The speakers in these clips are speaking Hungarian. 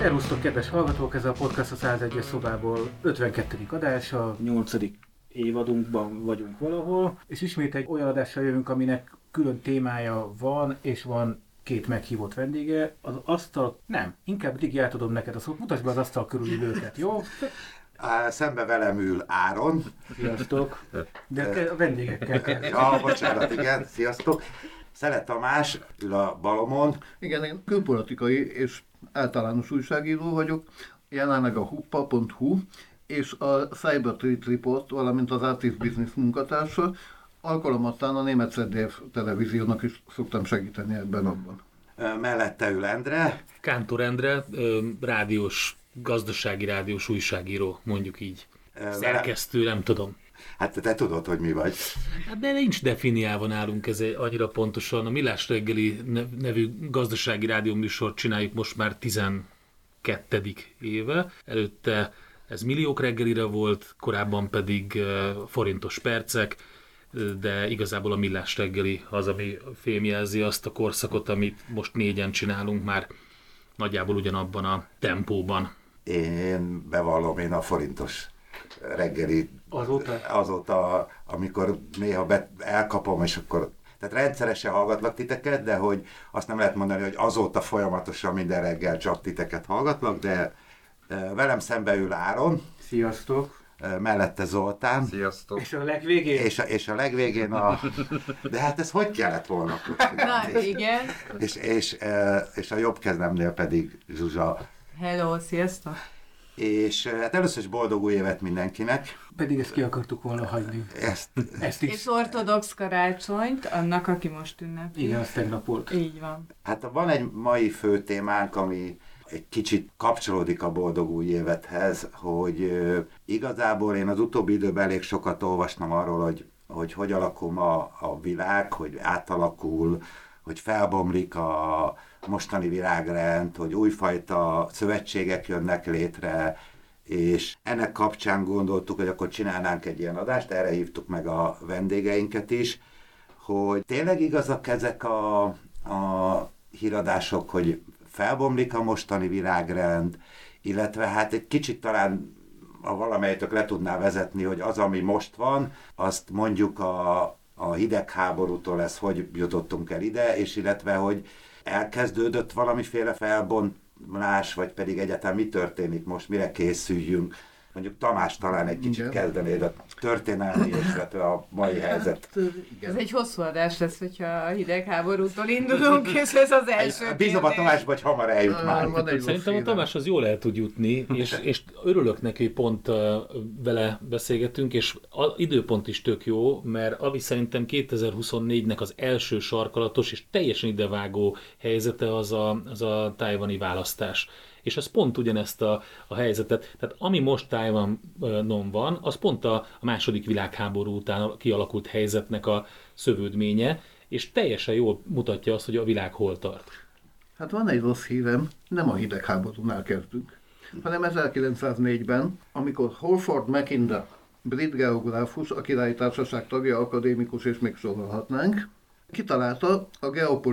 Szervusztok, kedves hallgatók! Ez a podcast a 101-es szobából 52. adása, 8. évadunkban vagyunk valahol, és ismét egy olyan adással jövünk, aminek külön témája van, és van két meghívott vendége. Az asztal... Nem, inkább Digi, átadom neked a szót. Mutasd be az asztal körül ülőket, jó? Szembe velem ül Áron. Sziasztok! De a vendégekkel kell. Ja, bocsánat, igen, sziasztok! Szelet Tamás ül a balomon. Igen, én külpolitikai és általános újságíró vagyok, jelenleg a huppa.hu és a Cyber Threat Report, valamint az Artist Business munkatársa. Alkalomattán a német ZDF televíziónak is szoktam segíteni ebben-abban. Mellette ül Endre. Kántor Endre, gazdasági rádiós újságíró, mondjuk így. Szerkesztő, nem tudom. Hát te tudod, hogy mi vagy. Hát de nincs definiálva nálunk ez annyira pontosan. A Millás reggeli nevű gazdasági rádióműsort csináljuk most már 12. éve. Előtte ez Milliók reggelire volt, korábban pedig Forintos percek, de igazából a Millás reggeli az, ami fémjelzi azt a korszakot, amit most négyen csinálunk már nagyjából ugyanabban a tempóban. Én bevallom, én a Forintos reggeli azóta, amikor néha elkapom, és akkor, tehát rendszeresen hallgatlak titeket, de hogy azt nem lehet mondani, hogy azóta folyamatosan minden reggel csak titeket hallgatlak, de velem szembe ül Áron. Sziasztok! Mellette Zoltán. Sziasztok! És a legvégén? És a legvégén De hát ez hogy kellett volna? Na, igen. És a jobb kezemnél pedig Zsuzsa. Hello, sziasztok! És hát először is boldog új évet mindenkinek. Pedig ezt ki akartuk volna hagyni. Ezt is. És ortodox karácsonyt annak, aki most ünnepli. Igen, az tegnap volt. Így van. Hát van egy mai fő témánk, ami egy kicsit kapcsolódik a boldog új évethez, hogy igazából én az utóbbi időben elég sokat olvastam arról, hogy alakul ma a világ, hogy átalakul, hogy felbomlik a mostani világrend, hogy újfajta szövetségek jönnek létre, és ennek kapcsán gondoltuk, hogy akkor csinálnánk egy ilyen adást, erre hívtuk meg a vendégeinket is, hogy tényleg igazak ezek a híradások, hogy felbomlik a mostani világrend, illetve hát egy kicsit talán valamelyetök le tudná vezetni, hogy az, ami most van, azt mondjuk a hidegháborútól ez hogy jutottunk el ide, és illetve, hogy elkezdődött valamiféle felbomlás, vagy pedig egyáltalán mi történik most, mire készüljünk. Mondjuk Tamás talán egy kicsit kezdenéd a történelmi, illetve a mai helyzet. Ez egy hosszú adás lesz, hogyha a hidegháborútól indulunk, és ez az első Bízom a Tamásba, hogy hamar eljut már. Szerintem a Tamás az jól el tud jutni, és örülök neki, hogy pont vele beszélgetünk, és az időpont is tök jó, mert ami szerintem 2024-nek az első sarkalatos és teljesen idevágó helyzete az a tájvani választás. És ez pont ugyanezt a helyzetet, tehát ami most Tájvanon van, az pont a második világháború után kialakult helyzetnek a szövődménye, és teljesen jól mutatja azt, hogy a világ hol tart. Hát van egy rossz hírem, nem a hidegháborúnál kezdünk, hanem 1904-ben, amikor Halford Mackinder, brit geográfus, a Királyi Társaság tagja, akadémikus, és még sorolhatnánk, kitalálta a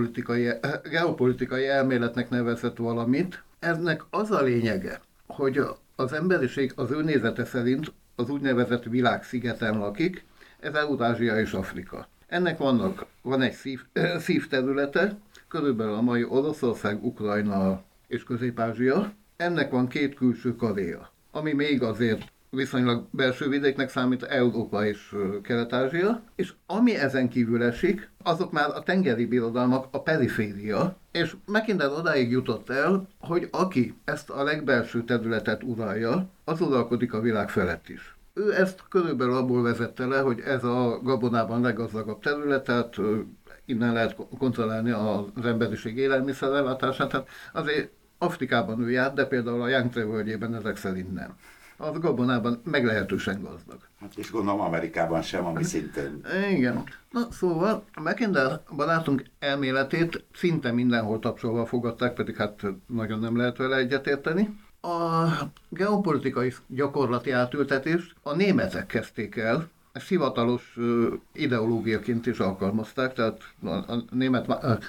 geopolitikai elméletnek nevezett valamit. Ennek az a lényege, hogy az emberiség az ő nézete szerint az úgynevezett világszigeten lakik, ez Eurázsia és Afrika. Ennek van egy szívterülete, körülbelül a mai Oroszország, Ukrajna és Közép-Ázsia. Ennek van két külső Korea, ami még azért viszonylag belső vidéknek számít, Európa és Kelet-Ázsia, és ami ezen kívül esik, azok már a tengeri birodalmak, a periféria, és Mackinder odáig jutott el, hogy aki ezt a legbelső területet uralja, az uralkodik a világ felett is. Ő ezt körülbelül abból vezette le, hogy ez a gabonában leggazdagabb terület, tehát innen lehet kontrollálni az emberiség élelmiszerellátását, tehát azért Afrikában ő járt, de például a Yangtze völgyében ezek szerint nem. Az gabonában meglehetősen gazdag. És gondolom Amerikában sem, ami szintén. Igen. Na szóval Mackinder barátunk elméletét szinte mindenhol tapsolva fogadták, pedig hát nagyon nem lehet vele egyetérteni. A geopolitikai gyakorlati átültetést a németek kezdték el, ezt hivatalos ideológiaként is alkalmazták, tehát a német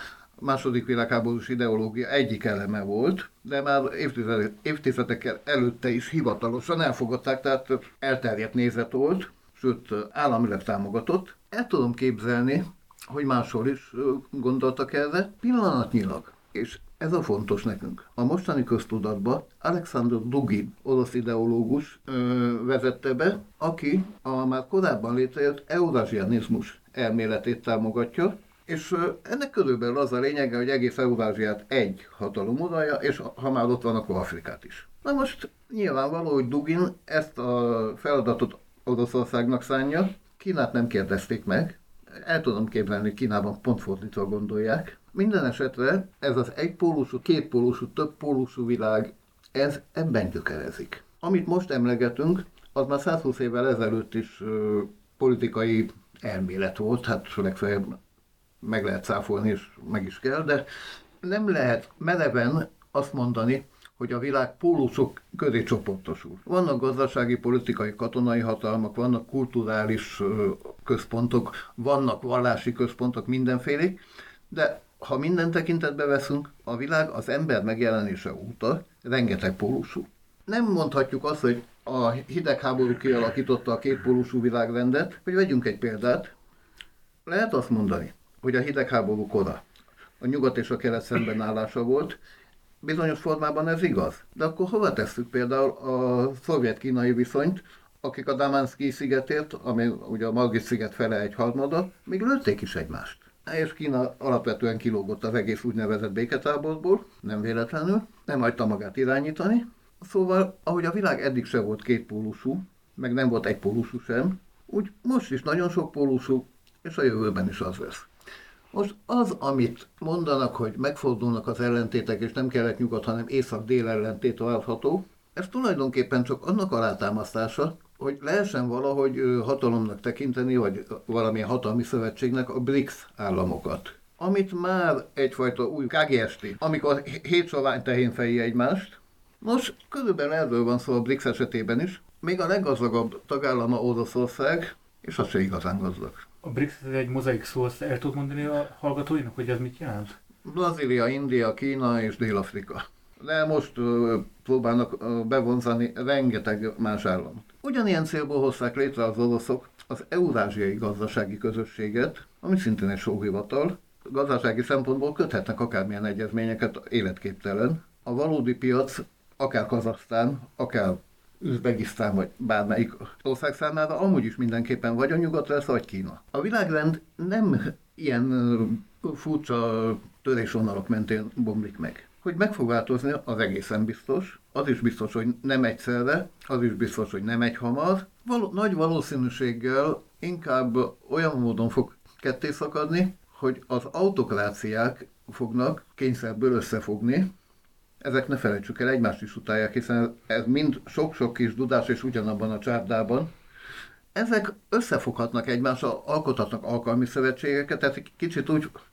második világháborús ideológia egyik eleme volt, de már évtizedekkel előtte is hivatalosan elfogadták, tehát elterjedt nézet volt, sőt államileg támogatott. El tudom képzelni, hogy máshol is gondoltak erre, pillanatnyilag. És ez a fontos nekünk. A mostani köztudatba Alexander Dugin, orosz ideológus vezette be, aki a már korábban létrejött eurázsianizmus elméletét támogatja, és ennek körülbelül az a lényege, hogy egész Eurázsiát egy hatalom uralja, és ha már ott van, akkor Afrikát is. Na most nyilvánvaló, hogy Dugin ezt a feladatot Oroszországnak szánja, Kínát nem kérdezték meg, el tudom képzelni, hogy Kínában pont fordítva gondolják. Minden esetre ez az egypólusú, kétpólusú, többpólusú világ, ez ebben gyökerezik. Amit most emlegetünk, az már 120 évvel ezelőtt is politikai elmélet volt, hát legfeljebb meg lehet cáfolni, és meg is kell, de nem lehet mereven azt mondani, hogy a világ pólusok közé csoportosul. Vannak gazdasági, politikai, katonai hatalmak, vannak kulturális központok, vannak vallási központok, mindenfélék, de ha minden tekintetbe veszünk, a világ az ember megjelenése óta rengeteg pólusú. Nem mondhatjuk azt, hogy a hidegháború kialakította a kétpólusú világrendet, hogy vegyünk egy példát. Lehet azt mondani, hogy a hidegháború kora a nyugat és a kelet szembenállása volt, bizonyos formában ez igaz. De akkor hova tesszük például a szovjet-kínai viszonyt, akik a Damanszkij szigetért, ami ugye a Margit-sziget fele egy harmada, még lőtték is egymást. És Kína alapvetően kilógott az egész úgynevezett béketáborból, nem véletlenül, nem hagyta magát irányítani. Szóval, ahogy a világ eddig se volt kétpólusú, meg nem volt egypólusú sem, úgy most is nagyon sok pólusú, és a jövőben is az lesz. Most az, amit mondanak, hogy megfordulnak az ellentétek, és nem kelet-nyugat, hanem észak-dél ellentét várható, ez tulajdonképpen csak annak alátámasztása, hogy lehessen valahogy hatalomnak tekinteni, vagy valamilyen hatalmi szövetségnek a BRICS államokat. Amit már egyfajta új KGST, amikor 7 sovány tehén fejé egymást. Nos, körülbelül erről van szó a BRICS esetében is. Még a leggazdagabb tagállama Oroszország, és az se igazán gazdag. A BRICS ez egy mozaik szó, azt el tud mondani a hallgatóinak, hogy ez mit jelent? Brazília, India, Kína és Dél-Afrika. De most próbálnak bevonzani rengeteg más államot. Ugyanilyen célból hozták létre az oroszok az Eurázsiai Gazdasági Közösséget, ami szintén egy sóhivatal. Gazdasági szempontból köthetnek akármilyen egyezményeket, életképtelen. A valódi piac, akár Kazahsztán, akár Üzbegisztán vagy bármelyik ország számára amúgy is mindenképpen vagy a nyugat lesz, vagy Kína. A világrend nem ilyen furcsa törésvonalak mentén bomlik meg. Hogy meg fog változni, az egészen biztos. Az is biztos, hogy nem egyszerre, az is biztos, hogy nem egyhamar. Nagy valószínűséggel inkább olyan módon fog ketté szakadni, hogy az autokráciák fognak kényszerből összefogni. Ezek ne felejtsük el, egymást is utálják, hiszen ez mind sok-sok kis dudás és ugyanabban a csárdában. Ezek összefoghatnak egymással, alkothatnak alkalmi szövetségeket, tehát kicsit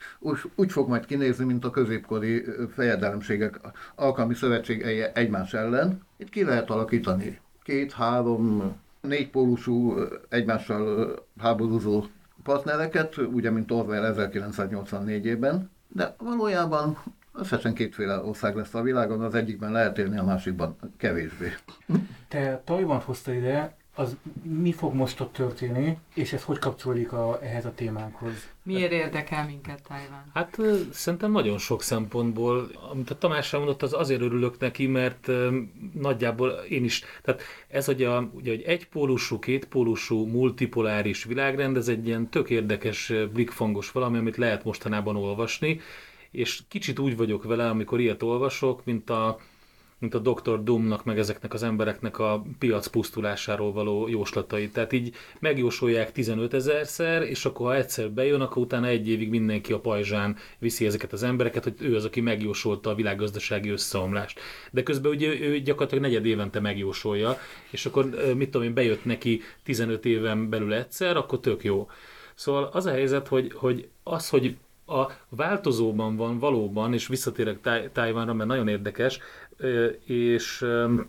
úgy fog majd kinézni, mint a középkori fejedelemségek alkalmi szövetségei egymás ellen. Itt ki lehet alakítani 2, 3, 4 pólusú egymással háborúzó partnereket, ugye mint Orwell 1984-ben, de valójában összesen 2 ország lesz a világon, az egyikben lehet élni, a másikban kevésbé. Te Tajvant hozta ide, az mi fog most ott történni, és ez hogy kapcsolódik ehhez a témánkhoz? Miért érdekel minket Tajvan? Hát szerintem nagyon sok szempontból, amit a Tamás elmondott, az azért örülök neki, mert nagyjából én is, tehát ez, hogy ugye, hogy egypólusú, kétpólusú, multipoláris világrend, ez egy ilyen tök érdekes, blikfangos valami, amit lehet mostanában olvasni, és kicsit úgy vagyok vele, amikor ilyet olvasok, mint a Dr. Doomnak, meg ezeknek az embereknek a piac pusztulásáról való jóslatai. Tehát így megjósolják 15 000-szer, és akkor ha egyszer bejön, akkor utána 1 évig mindenki a pajzsán viszi ezeket az embereket, hogy ő az, aki megjósolta a világgazdasági összeomlást. De közben ugye ő gyakorlatilag 4 évente megjósolja, és akkor mit tudom én, bejött neki 15 éven belül egyszer, akkor tök jó. Szóval az a helyzet, hogy a változóban van valóban, és visszatérek Tajvanra, mert nagyon érdekes, és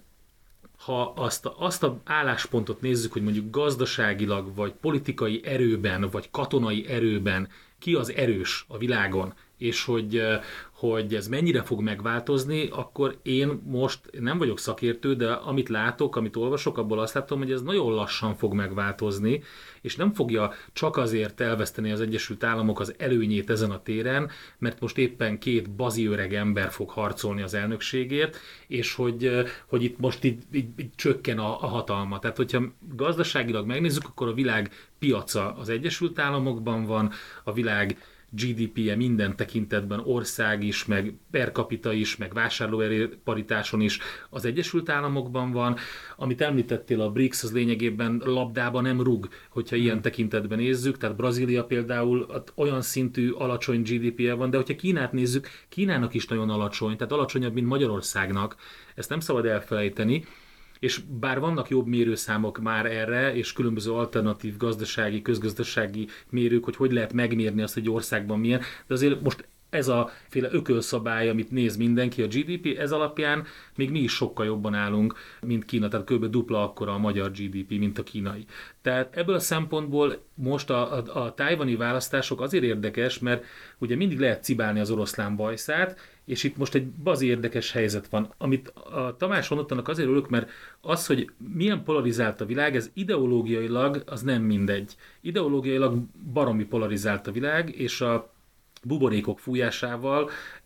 ha azt a álláspontot nézzük, hogy mondjuk gazdaságilag, vagy politikai erőben, vagy katonai erőben ki az erős a világon, és hogy ez mennyire fog megváltozni, akkor én most nem vagyok szakértő, de amit látok, amit olvasok, abból azt látom, hogy ez nagyon lassan fog megváltozni, és nem fogja csak azért elveszteni az Egyesült Államok az előnyét ezen a téren, mert most éppen két baziöreg ember fog harcolni az elnökségért, és hogy itt most így csökken a hatalma. Tehát, hogyha gazdaságilag megnézzük, akkor a világ piaca az Egyesült Államokban van, a világ GDP-je minden tekintetben, ország is, meg per capita is, meg vásárlóerő paritáson is az Egyesült Államokban van. Amit említettél, a BRICS az lényegében labdába nem rúg, hogyha ilyen tekintetben nézzük. Tehát Brazília például olyan szintű alacsony GDP-je van, de hogyha Kínát nézzük, Kínának is nagyon alacsony, tehát alacsonyabb, mint Magyarországnak. Ezt nem szabad elfelejteni. És bár vannak jobb mérőszámok már erre, és különböző alternatív gazdasági, közgazdasági mérők, hogy lehet megmérni azt, hogy egy országban milyen, de azért most ez a féle ökölszabály, amit néz mindenki, a GDP, ez alapján még mi is sokkal jobban állunk, mint Kína, tehát kb. Dupla akkora a magyar GDP, mint a kínai. Tehát ebből a szempontból most a tájvani választások azért érdekes, mert ugye mindig lehet cibálni az oroszlán bajszát, és itt most egy bazi érdekes helyzet van. Amit a Tamás mondott, annak azért örülök, mert az, hogy milyen polarizált a világ, ez ideológiailag az nem mindegy. Ideológiailag baromi polarizált a világ, és a buborékok fújásával,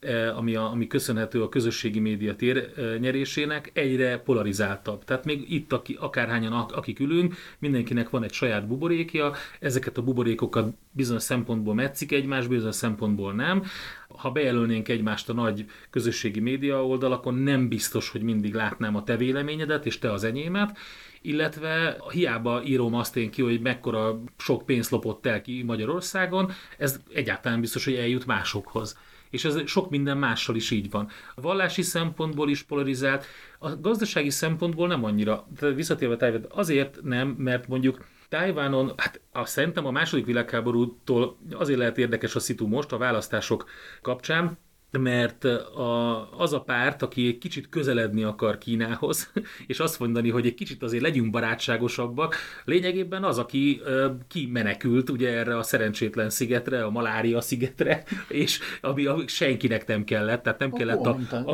ami köszönhető a közösségi média térnyerésének, egyre polarizáltabb. Tehát még itt, akárhányan akik ülünk, mindenkinek van egy saját buborékja, ezeket a buborékokat bizonyos szempontból metszik egymást, bizonyos szempontból nem. Ha bejelölnénk egymást a nagy közösségi média oldalakon, nem biztos, hogy mindig látnám a te véleményedet, és te az enyémet, illetve hiába írom azt én ki, hogy mekkora sok pénzt lopott el ki Magyarországon, ez egyáltalán biztos, hogy eljut másokhoz. És ez sok minden mással is így van. A vallási szempontból is polarizált, a gazdasági szempontból nem annyira. Visszatérve Tájván, azért nem, mert mondjuk Tájvánon, szerintem a második világháborútól azért lehet érdekes a szitu most a választások kapcsán, mert az a párt, aki egy kicsit közeledni akar Kínához, és azt mondani, hogy egy kicsit azért legyünk barátságosabbak, lényegében az, aki kimenekült ugye erre a szerencsétlen szigetre, a malária szigetre, és ami senkinek nem kellett, tehát nem kellett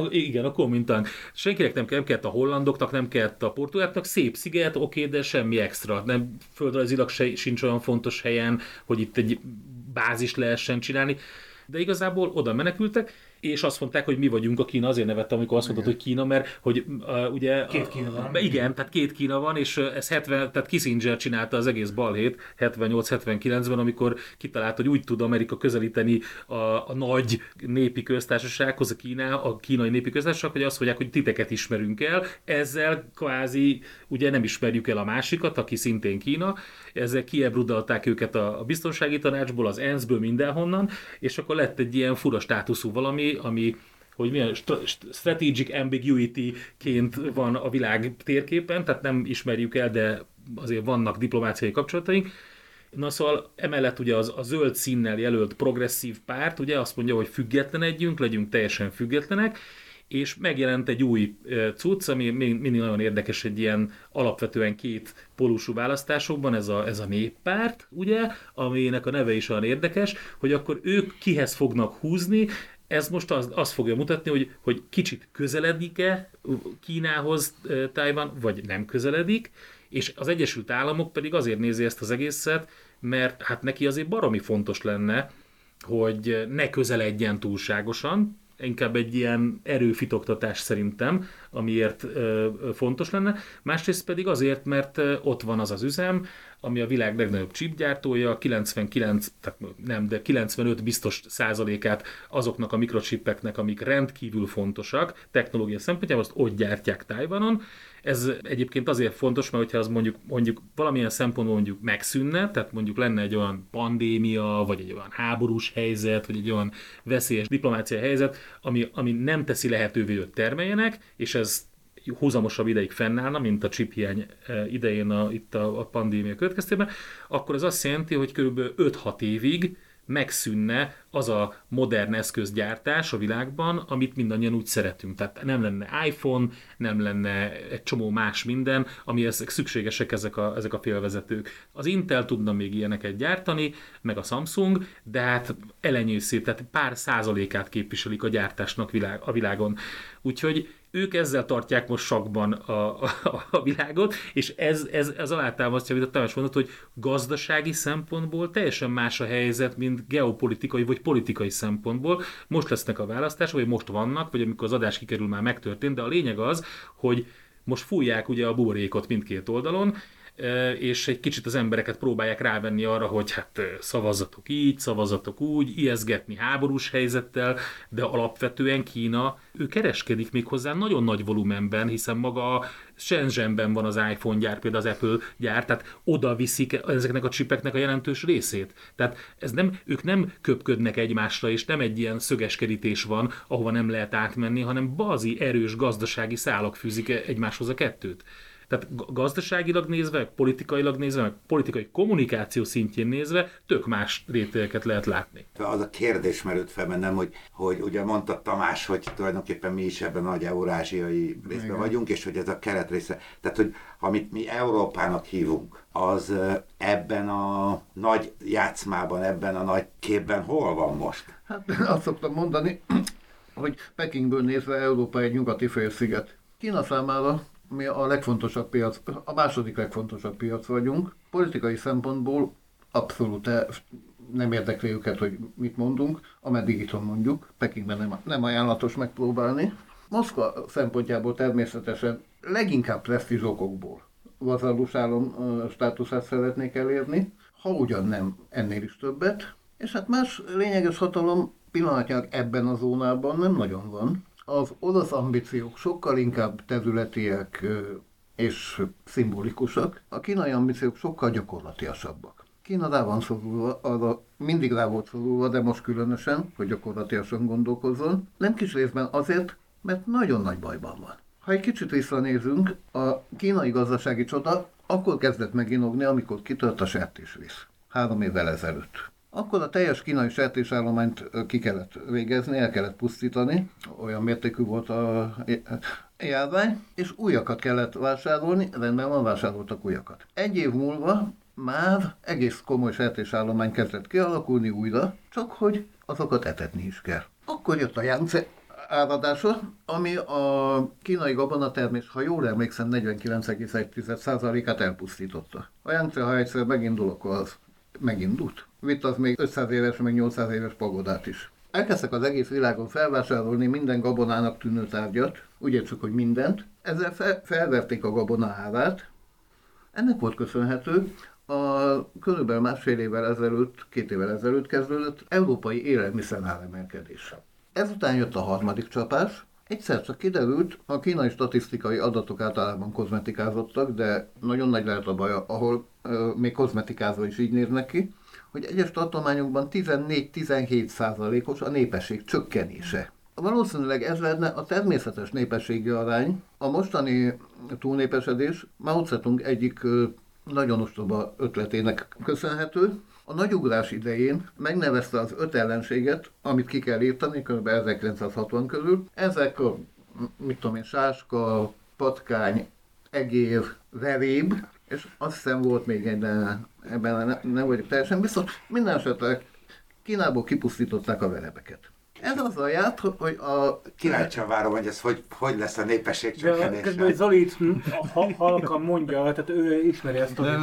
a Kuomintang. Senkinek nem kellett, a hollandoknak, nem kellett a portugáloknak, szép sziget, oké, de semmi extra. Nem, földrajzilag sincs olyan fontos helyen, hogy itt egy bázis lehessen csinálni, de igazából oda menekültek, és azt mondták, hogy mi vagyunk a Kína, azért nevettem, amikor azt mondtad, hogy Kína, mert hogy ugye... Két Kína van. Igen, tehát két Kína van, és ez tehát Kissinger csinálta az egész balhét 78-79-ben, amikor kitalálta, hogy úgy tud Amerika közelíteni a nagy népi köztársasághoz, a kínai népi köztársaság, hogy azt mondják, hogy titeket ismerünk el, ezzel kvázi ugye nem ismerjük el a másikat, aki szintén Kína, ezzel kiebrudalták őket a biztonsági tanácsból, az ENSZ-ből, mindenhonnan, és akkor lett egy ilyen fura státuszú valami, ami hogy milyen strategic ambiguity-ként van a világ térképen, tehát nem ismerjük el, de azért vannak diplomáciai kapcsolataink. Na szóval emellett ugye a zöld színnel jelölt progresszív párt ugye azt mondja, hogy függetlenedjünk, legyünk teljesen függetlenek, és megjelent egy új cucc, ami mindig nagyon érdekes egy ilyen alapvetően két pólusú választásokban, ez a néppárt, ugye, aminek a neve is olyan érdekes, hogy akkor ők kihez fognak húzni. Ez most azt fogja mutatni, hogy kicsit közeledik-e Kínához Tájvan, vagy nem közeledik, és az Egyesült Államok pedig azért nézi ezt az egészet, mert hát neki azért baromi fontos lenne, hogy ne közeledjen túlságosan, inkább egy ilyen erőfitoktatás szerintem, amiért fontos lenne. Másrészt pedig azért, mert ott van az az üzem, ami a világ legnagyobb chipgyártója, 95 biztos százalékát azoknak a mikrochippeknek, amik rendkívül fontosak technológia szempontjából, azt ott gyártják Tájvanon. Ez egyébként azért fontos, mert hogyha az mondjuk valamilyen szempontból mondjuk megszűnne, tehát mondjuk lenne egy olyan pandémia, vagy egy olyan háborús helyzet, vagy egy olyan veszélyes diplomáciai helyzet, ami nem teszi lehetővé, hogy termeljenek, és ez húzamosabb ideig fennállna, mint a chiphiány idején itt a pandémia következtében, akkor ez azt jelenti, hogy kb. 5-6 évig megszűnne az a modern eszközgyártás a világban, amit mindannyian úgy szeretünk. Tehát nem lenne iPhone, nem lenne egy csomó más minden, amihez szükségesek ezek a félvezetők. Az Intel tudna még ilyeneket gyártani, meg a Samsung, de hát elenyésző, tehát pár százalékát képviselik a gyártásnak a világon. Úgyhogy ők ezzel tartják most sakkban a világot, és ez alátámasztja, amit a Tamás mondott, hogy gazdasági szempontból teljesen más a helyzet, mint geopolitikai vagy politikai szempontból. Most lesznek a választások, vagy most vannak, vagy amikor az adás kikerül, már megtörtént, de a lényeg az, hogy most fújják ugye a buborékot mindkét oldalon, és egy kicsit az embereket próbálják rávenni arra, hogy hát szavazzatok így, szavazzatok úgy, ijeszgetni háborús helyzettel, de alapvetően Kína, ő kereskedik még hozzá nagyon nagy volumenben, hiszen maga a Shenzhenben van az iPhone gyár, például az Apple gyár, tehát oda viszik ezeknek a csipeknek a jelentős részét. Tehát ők nem köpködnek egymásra, és nem egy ilyen szöges kerítés van, ahova nem lehet átmenni, hanem bazi, erős gazdasági szálak fűzik egymáshoz a kettőt. Tehát gazdaságilag nézve, politikailag nézve, meg politikai kommunikáció szintjén nézve tök más rétegeket lehet látni. Az a kérdés merült fel bennem, hogy ugye mondta Tamás, hogy tulajdonképpen mi is ebben a nagy eurázsiai részben vagyunk, és hogy ez a kelet része. Tehát, hogy amit mi Európának hívunk, az ebben a nagy játszmában, ebben a nagy képben hol van most? Hát azt szoktam mondani, hogy Pekingből nézve Európa egy nyugati félsziget. Kína számára mi a legfontosabb piac, a második legfontosabb piac vagyunk. Politikai szempontból abszolút nem érdekli őket, hogy mit mondunk, ameddig itthon mondjuk. Pekingben nem ajánlatos megpróbálni. Moszkva szempontjából természetesen leginkább presztízs okokból vazallus állam státuszát szeretnék elérni, ha ugyan nem ennél is többet. És hát más lényeges hatalom pillanatnyilag ebben a zónában nem nagyon van. Az orosz ambíciók sokkal inkább területiek és szimbolikusak, a kínai ambíciók sokkal gyakorlatiasabbak. Kína rá van szorulva, arra mindig rá volt szorulva, de most különösen, hogy gyakorlatiasan gondolkozzon. Nem kis részben azért, mert nagyon nagy bajban van. Ha egy kicsit visszanézünk, a kínai gazdasági csoda akkor kezdett meginogni, amikor kitört a sertésvíz. 3 évvel ezelőtt. Akkor a teljes kínai sertésállományt ki kellett végezni, el kellett pusztítani, olyan mértékű volt a járvány, és újakat kellett vásárolni, rendben van, vásároltak újakat. 1 év múlva már egész komoly sertésállomány kezdett kialakulni újra, csak hogy azokat etetni is kell. Akkor jött a Yangtze áradása, ami a kínai gabonatermés, ha jól emlékszem, 49,1%-át elpusztította. A Yangtze, ha egyszer megindul, akkor az megindult. Vitt az még 500 éves, meg 800 éves pagodát is. Elkezdtek az egész világon felvásárolni minden gabonának tűnő tárgyat, úgy értsük, hogy mindent. Ezzel felverték a gabona árát. Ennek volt köszönhető körülbelül 1,5 évvel ezelőtt, 2 évvel ezelőtt kezdődött európai élelmiszer emelkedés. Ezután jött a harmadik csapás. Egyszer csak kiderült, a kínai statisztikai adatok általában kozmetikázottak, de nagyon nagy lehet a baj, ahol még kozmetikázva is így néznek ki, hogy egyes tartományokban 14-17%-os a népesség csökkenése. Valószínűleg ez lenne a természetes népességi arány. A mostani túlnépesedés Mao Zedong egyik nagyon ostoba ötletének köszönhető. A nagyugrás idején megnevezte az 5 ellenséget, amit ki kell írtani, kb. 1960 körül. Ezek a, sáska, patkány, egér, veréb, és azt hiszem volt még egy, de ebben nem vagyok teljesen biztos. Minden esetre Kínából kipusztították a verebeket. Ez azzal járt, hogy a... Kíváncsian várom, hogy ez hogy lesz a népesség csökkenése. Közben Zoli halkan mondja, tehát ő ismeri ezt a...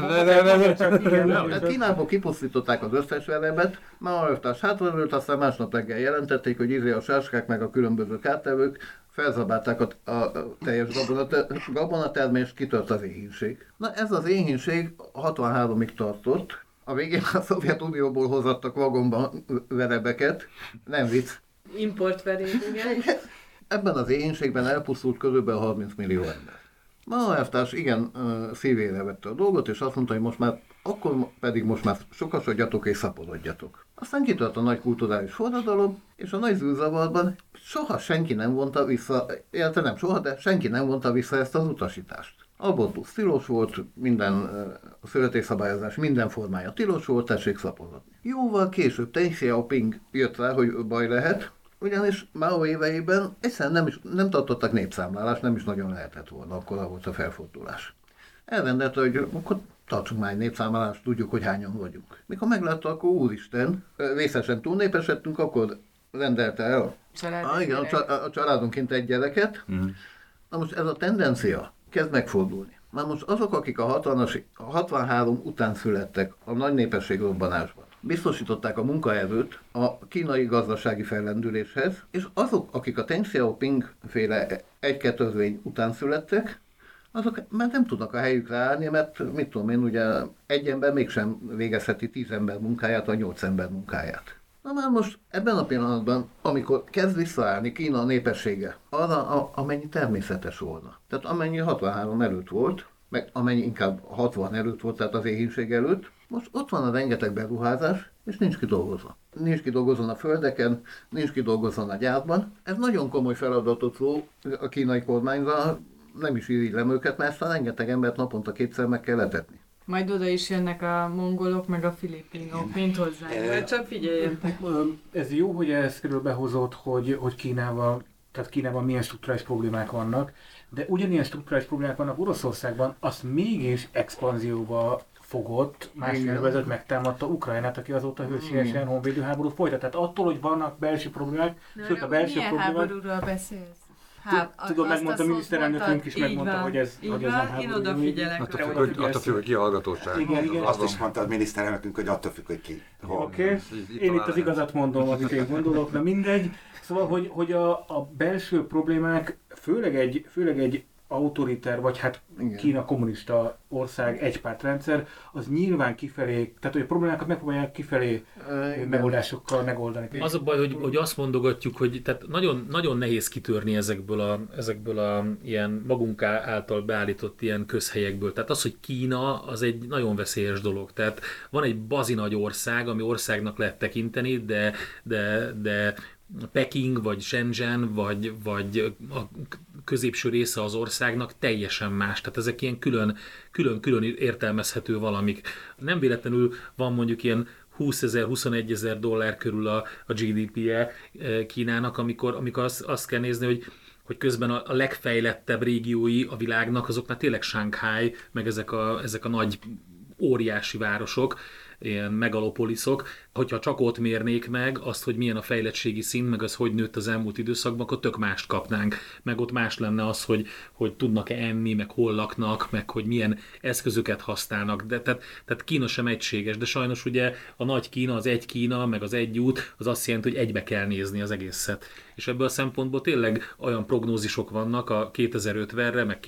Kínából kipusztították az összes verebet, már a rögtás hátraült, aztán másnap reggel jelentették, hogy a sáskák meg a különböző kártevők felzabálták a teljes gabonatermést, kitört az éhínség. Na ez az éhínség 63-ig tartott. A végén a Szovjetunióból hozattak vagomban verebeket, nem vicc. Importveréb, igen. Ebben az éhínségben elpusztult körülbelül 30 millió ember. Ma a elvtárs igen szívére vette a dolgot, és azt mondta, hogy most már sokasodjatok és szaporodjatok. Aztán kitört a nagy kulturális forradalom, és a nagy zűrzavarban soha senki nem vonta vissza, illetve nem soha, de senki nem vonta vissza ezt az utasítást. Abortusz tilos volt, minden születésszabályozás minden formája tilos volt, tessék szaporodni. Jóval később Deng Xiaoping jött rá, hogy baj lehet, ugyanis Mao éveiben egyszerűen nem tartottak népszámlálást, nem is nagyon lehetett volna, akkor volt a felfordulás. Elrendelte, hogy akkor tartsunk már egy népszámlálást, tudjuk, hogy hányan vagyunk. Mikor meglátta, akkor úristen, részesen túlnépesedtünk, akkor rendelte el a családonként egy gyereket. Na most ez a tendencia kezd megfordulni. Na most azok, akik a 63 után születtek a nagy népességrobbanásban, biztosították a munkaerőt a kínai gazdasági fellendüléshez, és azok, akik a Deng Xiaoping féle egy-kettőzvény után születtek, azok már nem tudnak a helyükre állni, mert mit tudom én, ugye egy ember mégsem végezheti 10 ember munkáját, vagy 8 ember munkáját. Na már most ebben a pillanatban, amikor kezd visszaállni Kína népessége arra, amennyi természetes volna. Tehát amennyi 63 előtt volt, meg amennyi inkább 60 előtt volt, tehát az éhínség előtt, most ott van a rengeteg beruházás, és nincs kidolgozva. Nincs kidolgozva a földeken, nincs kidolgozva a gyárban. Ez nagyon komoly feladatot ró a kínai kormányra, nem is irigylem őket, mert ezt a rengeteg embert naponta 2-szer meg kell etetni. Majd oda is jönnek a mongolok, meg a filipinok, mint hozzá. Csak figyeljetek. Ez jó, hogy ezt körül behozott, hogy Kínában milyen strukturális problémák vannak, de ugyanilyen strukturális problémák vannak Oroszországban, azt mégis expanzióba fogott, másfél vezet megtámadta Ukrajnát, aki azóta hősiesen honvédő háborút folytat. Tehát attól, hogy vannak belső problémák, sőt a belső milyen problémák... háborúról beszélsz? Tudom, megmondta a miniszterelnökünk is, megmondta, hogy ez nem háború. Én odafigyelek. Attól függ, hogy ki a hallgatóság. Igen. Azt is mondta a miniszterelnökünk, hogy attól függ, hogy ki. Oké. Én itt az igazat mondom, amit én gondolok, de mindegy. Szóval, hogy a belső problémák, főleg egy autoriter, vagy hát Kína kommunista ország, egypártrendszer, az nyilván kifelé, tehát hogy a problémákat megpróbálják kifelé megoldásokkal megoldani. Az a baj, hogy azt mondogatjuk, hogy tehát nagyon, nagyon nehéz kitörni ezekből a ilyen magunk által beállított ilyen közhelyekből. Tehát az, hogy Kína, az egy nagyon veszélyes dolog. Tehát van egy bazinagy ország, ami országnak lehet tekinteni, de Peking, vagy Shenzhen, vagy a középső része az országnak teljesen más. Tehát ezek ilyen külön értelmezhető valamik. Nem véletlenül van mondjuk ilyen 20 000, 21 000 dollár körül a GDP-je Kínának, amikor azt kell nézni, hogy közben a legfejlettebb régiói a világnak, azok már tényleg Shanghai, meg ezek a nagy óriási városok, ilyen megalopoliszok, hogyha csak ott mérnék meg azt, hogy milyen a fejlettségi szint, meg az hogy nőtt az elmúlt időszakban, akkor tök mást kapnánk. Meg ott más lenne az, hogy tudnak-e enni, meg hol laknak, meg hogy milyen eszközöket használnak. Tehát Kína sem egységes, de sajnos ugye a nagy Kína, az egy Kína, meg az egy út, az azt jelenti, hogy egybe kell nézni az egészet. És ebből a szempontból tényleg olyan prognózisok vannak a 2050-re, meg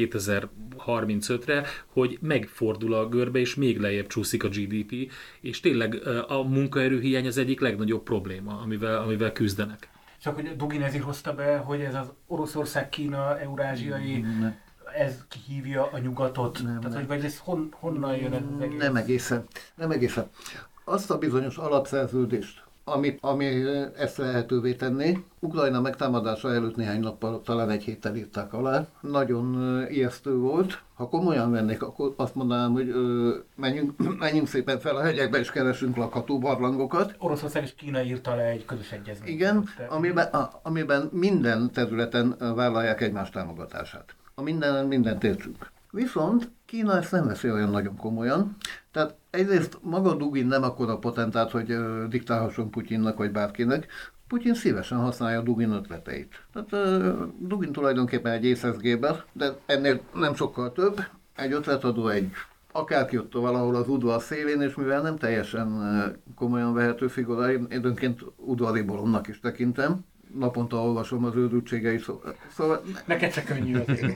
2035-re, hogy megfordul a görbe, és még lejjebb csúszik a GDP, és tényleg a munkaerőhiány az egyik legnagyobb probléma, amivel küzdenek. Csak hogy Dugin ezért hozta be, hogy ez az Oroszország, Kína, eurázsiai, ez kihívja a nyugatot. Tehát, hogy ez honnan jön ez az egész? Nem egészen. Azt a bizonyos alapszerződést, ami ezt lehetővé tenni. Ukrajna megtámadása előtt néhány nappal, talán egy héttel írták alá. Nagyon ijesztő volt. Ha komolyan vennék, akkor azt mondanám, hogy menjünk szépen fel a hegyekbe és keresünk lakható barlangokat. Oroszország és Kína írta le egy közös egyezményt. Igen, amiben minden területen vállalják egymás támogatását. A mindent értsünk. Viszont Kína ezt nem veszi olyan nagyon komolyan. Tehát egyrészt maga Dugin nem akkora potentát, hogy diktálhasson Putyinnak vagy bárkinek. Putyin szívesen használja Dugin ötleteit. Tehát Dugin tulajdonképpen egy észezgéber, de ennél nem sokkal több. Egy ötletadó, akárki ott valahol az udvar szélén, és mivel nem teljesen komolyan vehető figura, én időnként udvari bolondnak is tekintem. Naponta olvasom az őrültségeit, szóval... Neked se könnyű.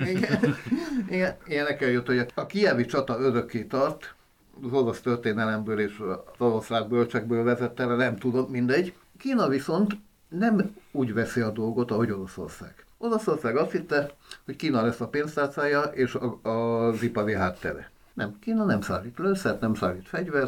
Igen, ilyenekkel jött, hogy a kijevi csata örökké tart, az orosz történelemből és az oroszlák bölcsekből vezette le, nem tudom, mindegy. Kína viszont nem úgy veszi a dolgot, ahogy Oroszország. Oroszország azt hitte, hogy Kína lesz a pénztárcája és az ipari háttere. Nem, Kína nem szállít lőszert, nem szállít fegyvert,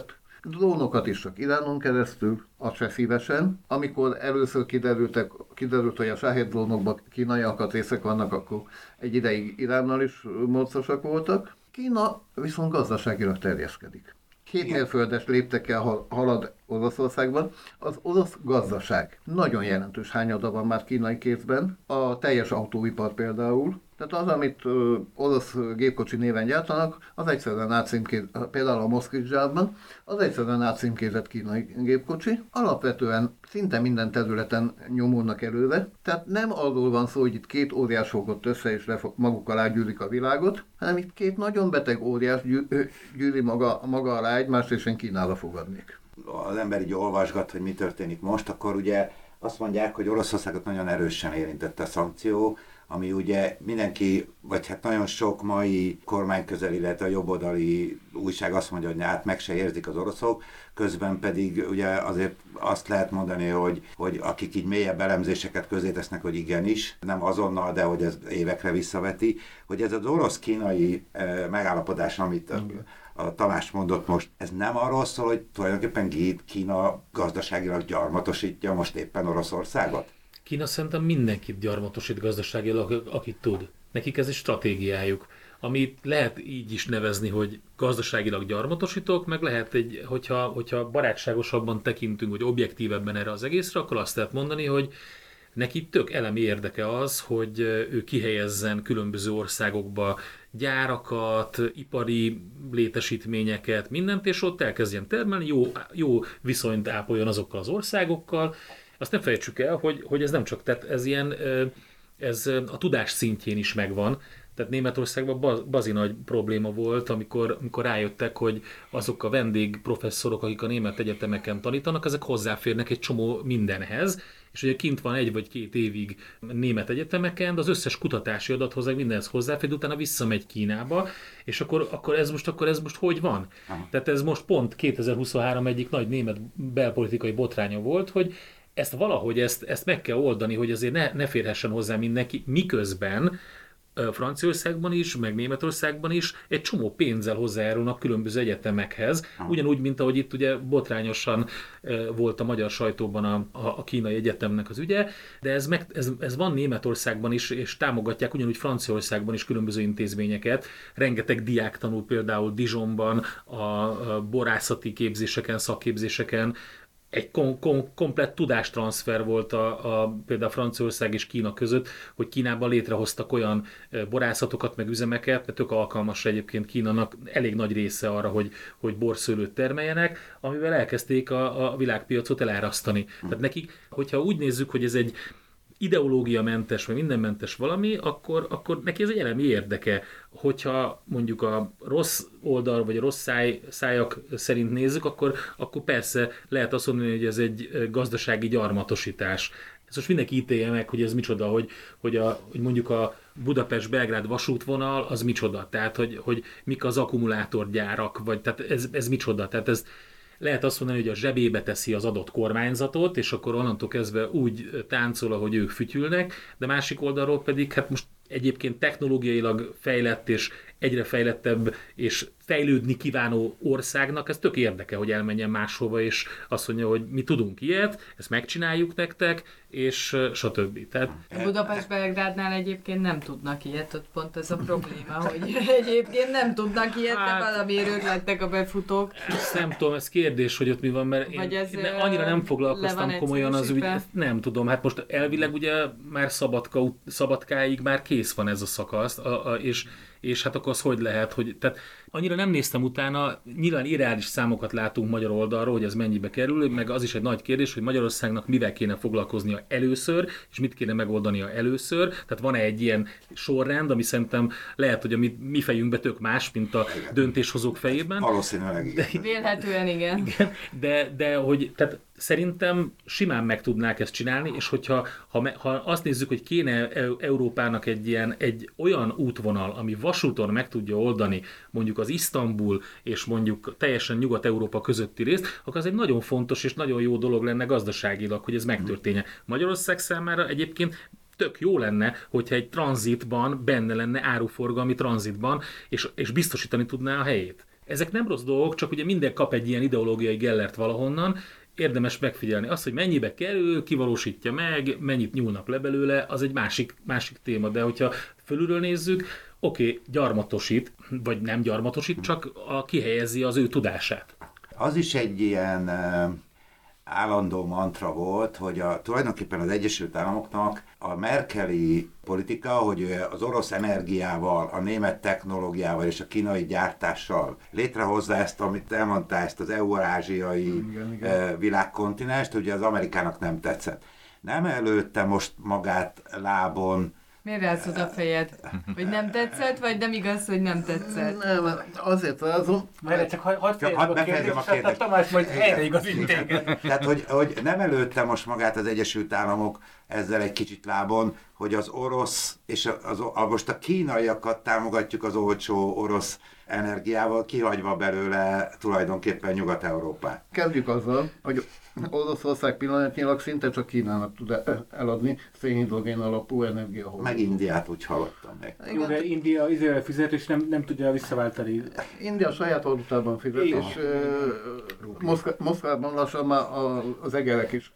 Drónokat is csak Iránon keresztül, az se szívesen. Amikor először kiderült, hogy a Shahed drónokban kínai alkatrészek vannak, akkor egy ideig Iránnal is morcosak voltak. Kína viszont gazdaságilag terjeszkedik. 7 mérföldes léptekkel halad Oroszországban. Az orosz gazdaság nagyon jelentős hányada van már kínai kézben. A teljes autóipar például. Tehát az, amit orosz gépkocsi néven gyártanak, az egyszerűen átcímkézett, például a Moszkvidzsában, az egyszerűen átcímkézett kínai gépkocsi. Alapvetően szinte minden területen nyomulnak előre. Tehát nem arról van szó, hogy itt két óriás fogott össze és maguk alá gyűrik a világot, hanem itt két nagyon beteg óriás gyűri maga alá egymást, és én Kínára fogadnék. Az ember így olvasgat, hogy mi történik most, akkor ugye azt mondják, hogy Oroszországot nagyon erősen érintette a szankció, ami ugye mindenki, vagy hát nagyon sok mai kormányközel, illetve a jobboldali újság azt mondja, hogy hát meg se érzik az oroszok, közben pedig ugye azért azt lehet mondani, hogy akik így mélyebb elemzéseket közé tesznek, hogy igenis, nem azonnal, de hogy ez évekre visszaveti, hogy ez az orosz-kínai megállapodás, amit a Tamás mondott most, ez nem arról szól, hogy tulajdonképpen Kína gazdaságilag gyarmatosítja most éppen Oroszországot? Kína szerintem mindenkit gyarmatosít gazdaságilag, akit tud. Nekik ez egy stratégiájuk, amit lehet így is nevezni, hogy gazdaságilag gyarmatosítók, meg lehet, hogyha barátságosabban tekintünk, vagy objektívebben erre az egészre, akkor azt lehet mondani, hogy neki tök elemi érdeke az, hogy ő kihelyezzen különböző országokba gyárakat, ipari létesítményeket, mindent, és ott elkezdjen termelni, jó viszonyt ápoljon azokkal az országokkal. Azt nem felejtsük el, hogy ez nem csak, tehát ez a tudás szintjén is megvan. Tehát Németországban bazi nagy probléma volt, amikor rájöttek, hogy azok a vendégprofesszorok, akik a német egyetemeken tanítanak, ezek hozzáférnek egy csomó mindenhez, és ugye kint van 1 vagy 2 évig német egyetemeken, de az összes kutatási adathoz, mindenhez hozzáfér, utána visszamegy Kínába, és akkor ez most hogy van? Tehát ez most pont 2023 egyik nagy német belpolitikai botránya volt, hogy ezt valahogy ezt meg kell oldani, hogy azért ne férhessen hozzá mindenki, miközben Franciaországban is, meg Németországban is egy csomó pénzzel hozzájárulnak különböző egyetemekhez, ugyanúgy, mint ahogy itt ugye botrányosan volt a magyar sajtóban a kínai egyetemnek az ügye, de ez van Németországban is, és támogatják ugyanúgy Franciaországban is különböző intézményeket. Rengeteg diák tanul például Dijonban, a borászati képzéseken, szakképzéseken, egy komplett tudástranszfer volt például Franciaország és Kína között, hogy Kínában létrehoztak olyan borászatokat, meg üzemeket, mert tök alkalmas egyébként Kínának elég nagy része arra, hogy borszőlőt termeljenek, amivel elkezdték a világpiacot elárasztani. Tehát nekik, hogyha úgy nézzük, hogy ez egy ideológiamentes, vagy mindenmentes valami, akkor neki ez egy elemi érdeke. Hogyha mondjuk a rossz oldal, vagy a rossz szájak szerint nézzük, akkor persze lehet azt mondani, hogy ez egy gazdasági gyarmatosítás. Ezt most mindenki ítélje meg, hogy ez micsoda, hogy mondjuk a Budapest-Belgrád vasútvonal, az micsoda. Tehát, hogy mik az akkumulátorgyárak, vagy tehát ez micsoda. Tehát ez lehet azt mondani, hogy a zsebébe teszi az adott kormányzatot, és akkor onnantól kezdve úgy táncol, ahogy ők fütyülnek, de másik oldalról pedig hát most egyébként technológiailag fejlett és egyre fejlettebb és fejlődni kívánó országnak ez tök érdeke, hogy elmenjen máshova, és azt mondja, hogy mi tudunk ilyet, ezt megcsináljuk nektek, és stb. Tehát... A Budapest-Belgrádnál egyébként nem tudnak ilyet, ott pont ez a probléma, hogy egyébként nem tudnak ilyet, de valamiért ők lettek a befutók. Nem tudom, ez kérdés, hogy ott mi van, mert én annyira nem foglalkoztam komolyan az ügy, nem tudom, hát most elvileg ugye már Szabadkáig már kész van ez a szakasz, és hát akkor az hogy lehet, hogy... Tehát annyira nem néztem utána, nyilván irreális számokat látunk magyar oldalról, hogy ez mennyibe kerül, meg az is egy nagy kérdés, hogy Magyarországnak mivel kéne foglalkoznia először, és mit kéne megoldania először. Tehát van-e egy ilyen sorrend, ami szerintem lehet, hogy a mi fejünkbe tök más, mint a döntéshozók fejében. Valószínűleg igen. Vélhetően igen. De hogy tehát szerintem simán meg tudnák ezt csinálni, és hogyha azt nézzük, hogy kéne Európának egy olyan útvonal, ami vasúton meg tudja oldani mondjuk az Isztambul és mondjuk teljesen Nyugat-Európa közötti részt, akkor az egy nagyon fontos és nagyon jó dolog lenne gazdaságilag, hogy ez megtörténjen. Magyarország számára egyébként tök jó lenne, hogyha egy tranzitban benne lenne áruforgalmi tranzitban, és biztosítani tudná a helyét. Ezek nem rossz dolgok, csak ugye minden kap egy ilyen ideológiai gellert valahonnan, érdemes megfigyelni. Az, hogy mennyibe kerül, kivalósítja meg, mennyit nyúlnak le belőle, az egy másik téma, de hogyha fölülről nézzük, oké, gyarmatosít, vagy nem gyarmatosít, csak kihelyezi az ő tudását. Az is egy ilyen állandó mantra volt, hogy tulajdonképpen az Egyesült Államoknak a merkeli politika, hogy az orosz energiával, a német technológiával és a kínai gyártással létrehozza ezt, amit elmondta, ezt az eurázsiai világkontinenst, ugye az Amerikának nem tetszett. Nem előtte most magát lábon. Miért rázod a fejed? Hogy nem tetszett, vagy nem igaz, hogy nem tetszett? Nem, azért rázom. Mert csak hadd fejezzem a kérdést, Tamás majd helyre igazít téged. Tehát, hogy nem előtte most magát az Egyesült Államok ezzel egy kicsit lábon, hogy az orosz, és most a kínaiakat támogatjuk az olcsó orosz energiával, kihagyva belőle tulajdonképpen Nyugat-Európát. Kezdjük azzal, hogy Oroszország pillanatnyilag szinte csak Kínának tud eladni szénhidrogén alapú energiahordozót. Meg Indiát úgy hallottam meg. Jó, de India Izrael fizet, és nem tudja visszaváltani. India saját valutában fizet, és Moszkvában lassan már az egerek is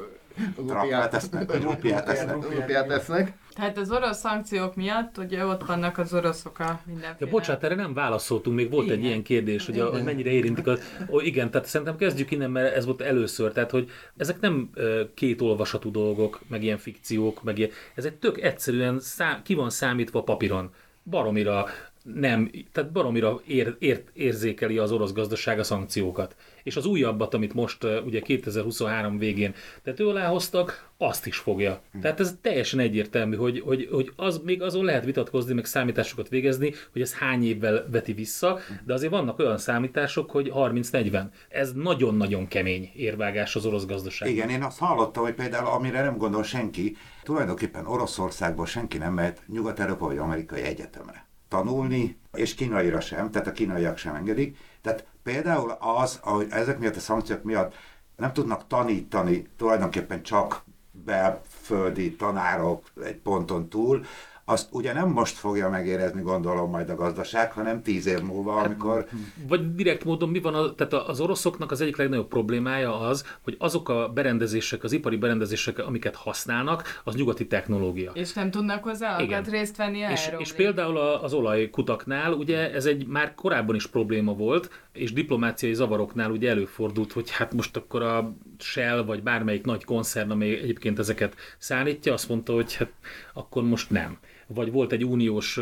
rupiát esznek. Tehát az orosz szankciók miatt, ugye ott vannak az oroszok a mindenféle... De bocsánat, erre nem válaszoltunk, még volt egy ilyen kérdés, hogy mennyire érintik igen, tehát szerintem kezdjük innen, mert ez volt először, tehát hogy ezek nem két olvasatú dolgok, meg ilyen fikciók, meg ilyen, ez egy tök egyszerűen ki van számítva papíron, baromira tehát baromira érzékeli az orosz gazdaság a szankciókat. És az újabbat, amit most ugye 2023 végén tető alá hoztak, azt is fogja. Tehát ez teljesen egyértelmű, hogy az, még azon lehet vitatkozni, meg számításokat végezni, hogy ez hány évvel veti vissza, de azért vannak olyan számítások, hogy 30-40. Ez nagyon-nagyon kemény érvágás az orosz gazdaságban. Igen, én azt hallottam, hogy például amire nem gondol senki, tulajdonképpen Oroszországból senki nem mehet Nyugat-Európa vagy amerikai egyetemre tanulni, és kínaira sem, tehát a kínaiak sem engedik. Tehát például az, hogy ezek miatt a szankciók miatt nem tudnak tanítani tulajdonképpen csak belföldi tanárok egy ponton túl, azt ugye nem most fogja megérezni, gondolom, majd a gazdaság, hanem 10 év múlva, amikor... Vagy direkt módon mi van, tehát az oroszoknak az egyik legnagyobb problémája az, hogy azok a berendezések, az ipari berendezések, amiket használnak, az nyugati technológia. És nem tudnak hozzá részt venni erről. És például az olajkutaknál, ugye ez egy már korábban is probléma volt, és diplomáciai zavaroknál ugye előfordult, hogy hát most akkor a Shell, vagy bármelyik nagy koncern, ami egyébként ezeket szállítja, azt mondta, hogy hát akkor most nem. Vagy volt egy uniós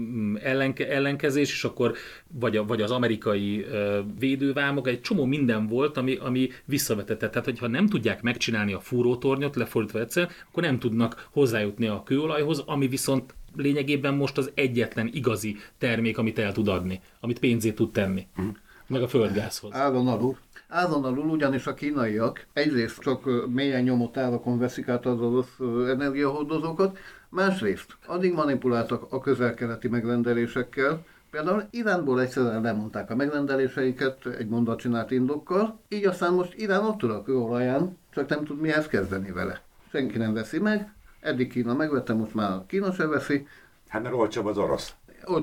ellenkezés, és akkor vagy az amerikai védővámok, egy csomó minden volt, ami visszavetette. Tehát, hogyha nem tudják megcsinálni a fúrótornyot, lefordítva egyszerűen, akkor nem tudnak hozzájutni a kőolajhoz, ami viszont lényegében most az egyetlen igazi termék, amit el tud adni, amit pénzét tud tenni. Meg a földgázhoz. Áron alul ugyanis a kínaiak egyrészt csak mélyen nyomott árakon veszik át az orosz energiahordozókat, másrészt addig manipuláltak a közel-keleti megrendelésekkel, például Iránból egyszerűen lemondták a megrendeléseiket egy mondatcsinált indokkal, így aztán most Irán ott ül a kőolaján, csak nem tud mihez kezdeni vele. Senki nem veszi meg, eddig Kína megvette, most már Kína sem veszi. Hát mert olcsóbb az orosz.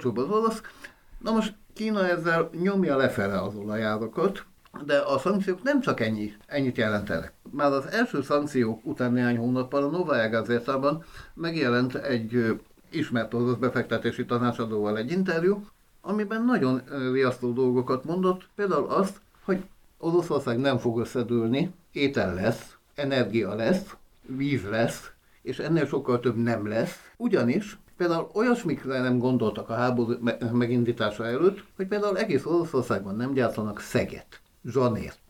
Na most Kína ezzel nyomja lefele az olajárakat, de a szankciók nem csak ennyit jelentenek. Már az első szankciók után néhány hónappal a Novaya Gazetában megjelent egy ismert orosz befektetési tanácsadóval egy interjú, amiben nagyon riasztó dolgokat mondott, például azt, hogy Oroszország nem fog összedőlni, étel lesz, energia lesz, víz lesz, és ennél sokkal több nem lesz, ugyanis például olyasmikre nem gondoltak a háború megindítása előtt, hogy például egész Oroszországban nem gyártanak szeget, zsanért,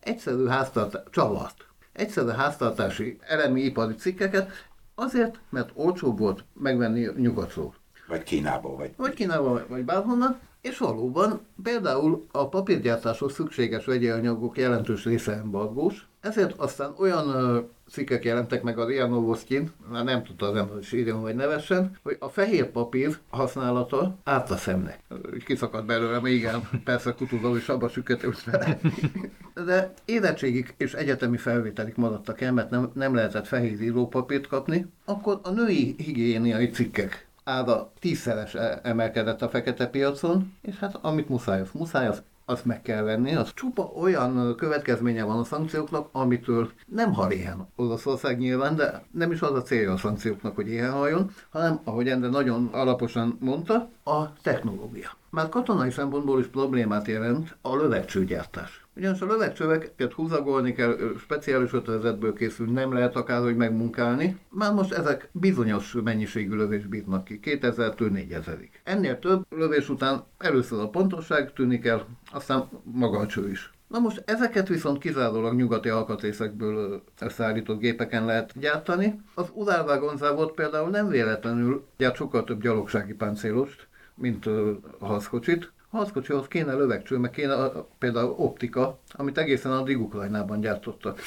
egyszerű háztartási elemi ipari cikkeket, azért, mert olcsóbb volt megvenni nyugatról. Vagy Kínából. Vagy Kínából, vagy bárhonnan, és valóban például a papírgyártáshoz szükséges vegyi anyagok jelentős része embargós, ezért aztán olyan cikkek jelentek meg a RIA Novosztyin, már nem tudta az ember is írjon vagy nevessen, hogy a fehér papír használata árt a szemnek. Kiszakadt belőlem, igen, persze kutúzó és abba süketült vele. De érettségik és egyetemi felvételik maradtak el, mert nem lehetett fehér írópapírt kapni, akkor a női higiéniai cikkek ára 10-szeres emelkedett a fekete piacon, és hát amit muszáj, az azt meg kell venni, az csupa olyan következménye van a szankcióknak, amitől nem hal éhen Oroszország nyilván, de nem is az a célja a szankcióknak, hogy éhen haljon, hanem, ahogy Endre nagyon alaposan mondta, a technológia. Már katonai szempontból is problémát jelent a lövegcsőgyártás. Ugyanis a lövegcsöveket húzagolni kell, speciális ötözetből készül, nem lehet akárhogy megmunkálni. Már most ezek bizonyos mennyiségű lövés bírnak ki, 2000-től 4000-ig. Ennél több lövés után először a pontosság tűnik el, aztán maga a cső is. Na most ezeket viszont kizárólag nyugati alkatrészekből összeállított gépeken lehet gyártani. Az Urál-vagonzávod például nem véletlenül gyárt sokkal több gyalogsági páncélost, mint a harckocsit. A harckocsihoz kéne lövegcső, meg kéne például optika, amit egészen addig Ukrajnában gyártottak.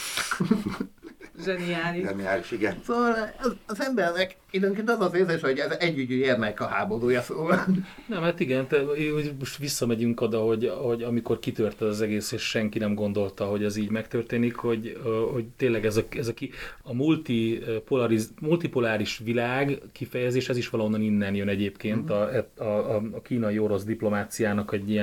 Zseniális. Zseniális, igen. Szóval az embernek időnként az az érzés, hogy ez együgyű érmek a háborúja, szóval. Nem, hát igen, most visszamegyünk oda, hogy amikor kitört az egész, és senki nem gondolta, hogy ez így megtörténik, hogy tényleg ez a multipoláris világ kifejezés, ez is valahonnan innen jön egyébként, a kínai-orosz diplomáciának egy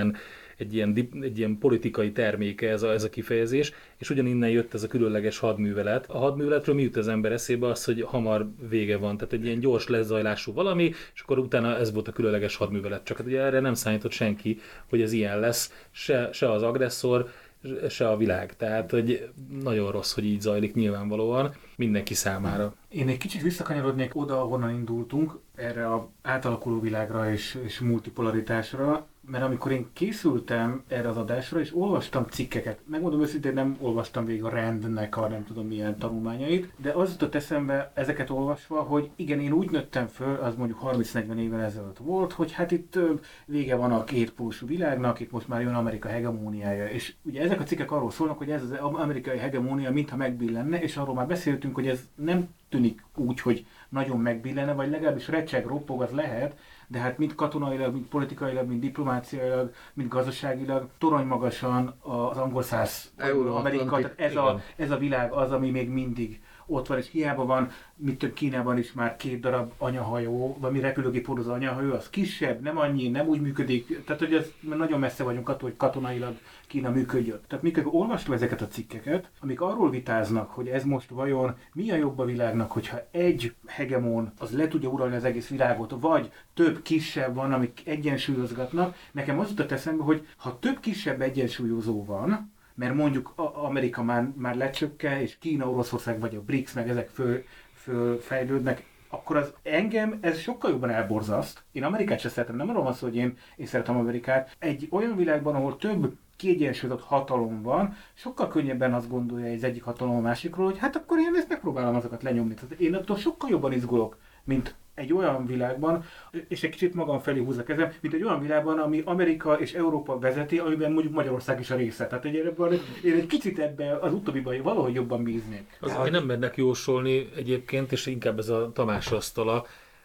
ilyen politikai terméke ez a kifejezés, és ugyaninnen jött ez a különleges hadművelet. A hadműveletről mi jut az ember eszébe? Az, hogy hamar vége van, tehát egy ilyen gyors lezajlású valami, és akkor utána ez volt a különleges hadművelet. Csak hát ugye erre nem számított senki, hogy ez ilyen lesz, se az agresszor, se a világ. Tehát, hogy nagyon rossz, hogy így zajlik nyilvánvalóan mindenki számára. Én egy kicsit visszakanyarodnék oda, ahonnan indultunk, erre az átalakuló világra és multipolaritásra, mert amikor én készültem erre az adásra, és olvastam cikkeket, megmondom őszintén, nem olvastam végig a Randnek a nem tudom milyen tanulmányait, de az jutott eszembe ezeket olvasva, hogy igen, én úgy nőttem föl, az mondjuk 30-40 évvel ezelőtt volt, hogy hát itt vége van a kétpólusú világnak, itt most már jön Amerika hegemóniája, és ugye ezek a cikkek arról szólnak, hogy ez az amerikai hegemónia mintha megbillenne, és arról már beszéltünk, hogy ez nem tűnik úgy, hogy nagyon megbillene, vagy legalábbis recseg, roppog, az lehet, de hát mind katonailag, mind politikailag, mind diplomáciailag, mind gazdaságilag torony magasan az angol száz Amerika, tehát ez a világ az, ami még mindig ott van, és hiába van, mint több Kínában is már 2 darab anyahajó, vagy repülőgép hordó az anyahajó, az kisebb, nem annyi, nem úgy működik, tehát hogy ez nagyon messze vagyunk attól, hogy katonailag Kína működjön. Tehát mikor olvastam ezeket a cikkeket, amik arról vitáznak, hogy ez most vajon mi a jobb a világnak, hogyha egy hegemon az le tudja uralni az egész világot, vagy több kisebb van, amik egyensúlyozgatnak, nekem az jutott eszembe, hogy ha több kisebb egyensúlyozó van, mert mondjuk Amerika már lecsökken, és Kína, Oroszország vagy a BRICS, meg ezek fölfejlődnek, akkor az engem ez sokkal jobban elborzaszt. Én Amerikát sem szeretem, nem arról van szó, hogy én szeretem Amerikát. Egy olyan világban, ahol több kiegyensúlyozott hatalom van, sokkal könnyebben azt gondolja az egyik hatalom a másikról, hogy hát akkor én ezt megpróbálom azokat lenyomni. Tehát én attól sokkal jobban izgulok, mint egy olyan világban, és egy kicsit magam felé húzza kezem, mint egy olyan világban, ami Amerika és Európa vezeti, amiben mondjuk Magyarország is a része. Tehát én egy kicsit ebben az utóbbiban valahogy jobban bíznék. Azért nem mennek jósolni egyébként, és inkább ez a Tamás asztala,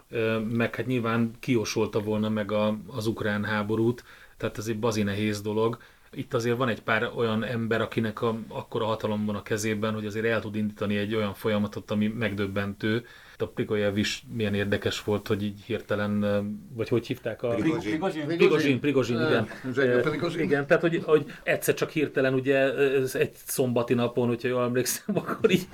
meg hát nyilván kijósolta volna meg az ukrán háborút, tehát ez egy bazi nehéz dolog. Itt azért van egy pár olyan ember, akinek akkora hatalom van a kezében, hogy azért el tud indítani egy olyan folyamatot, ami megdöbbentő. A Prigojev is milyen érdekes volt, hogy így hirtelen, vagy hogy hívták a... Prigozsin, igen. Igen, tehát hogy egyszer csak hirtelen, ugye ez egy szombati napon, hogyha jól emlékszem, akkor így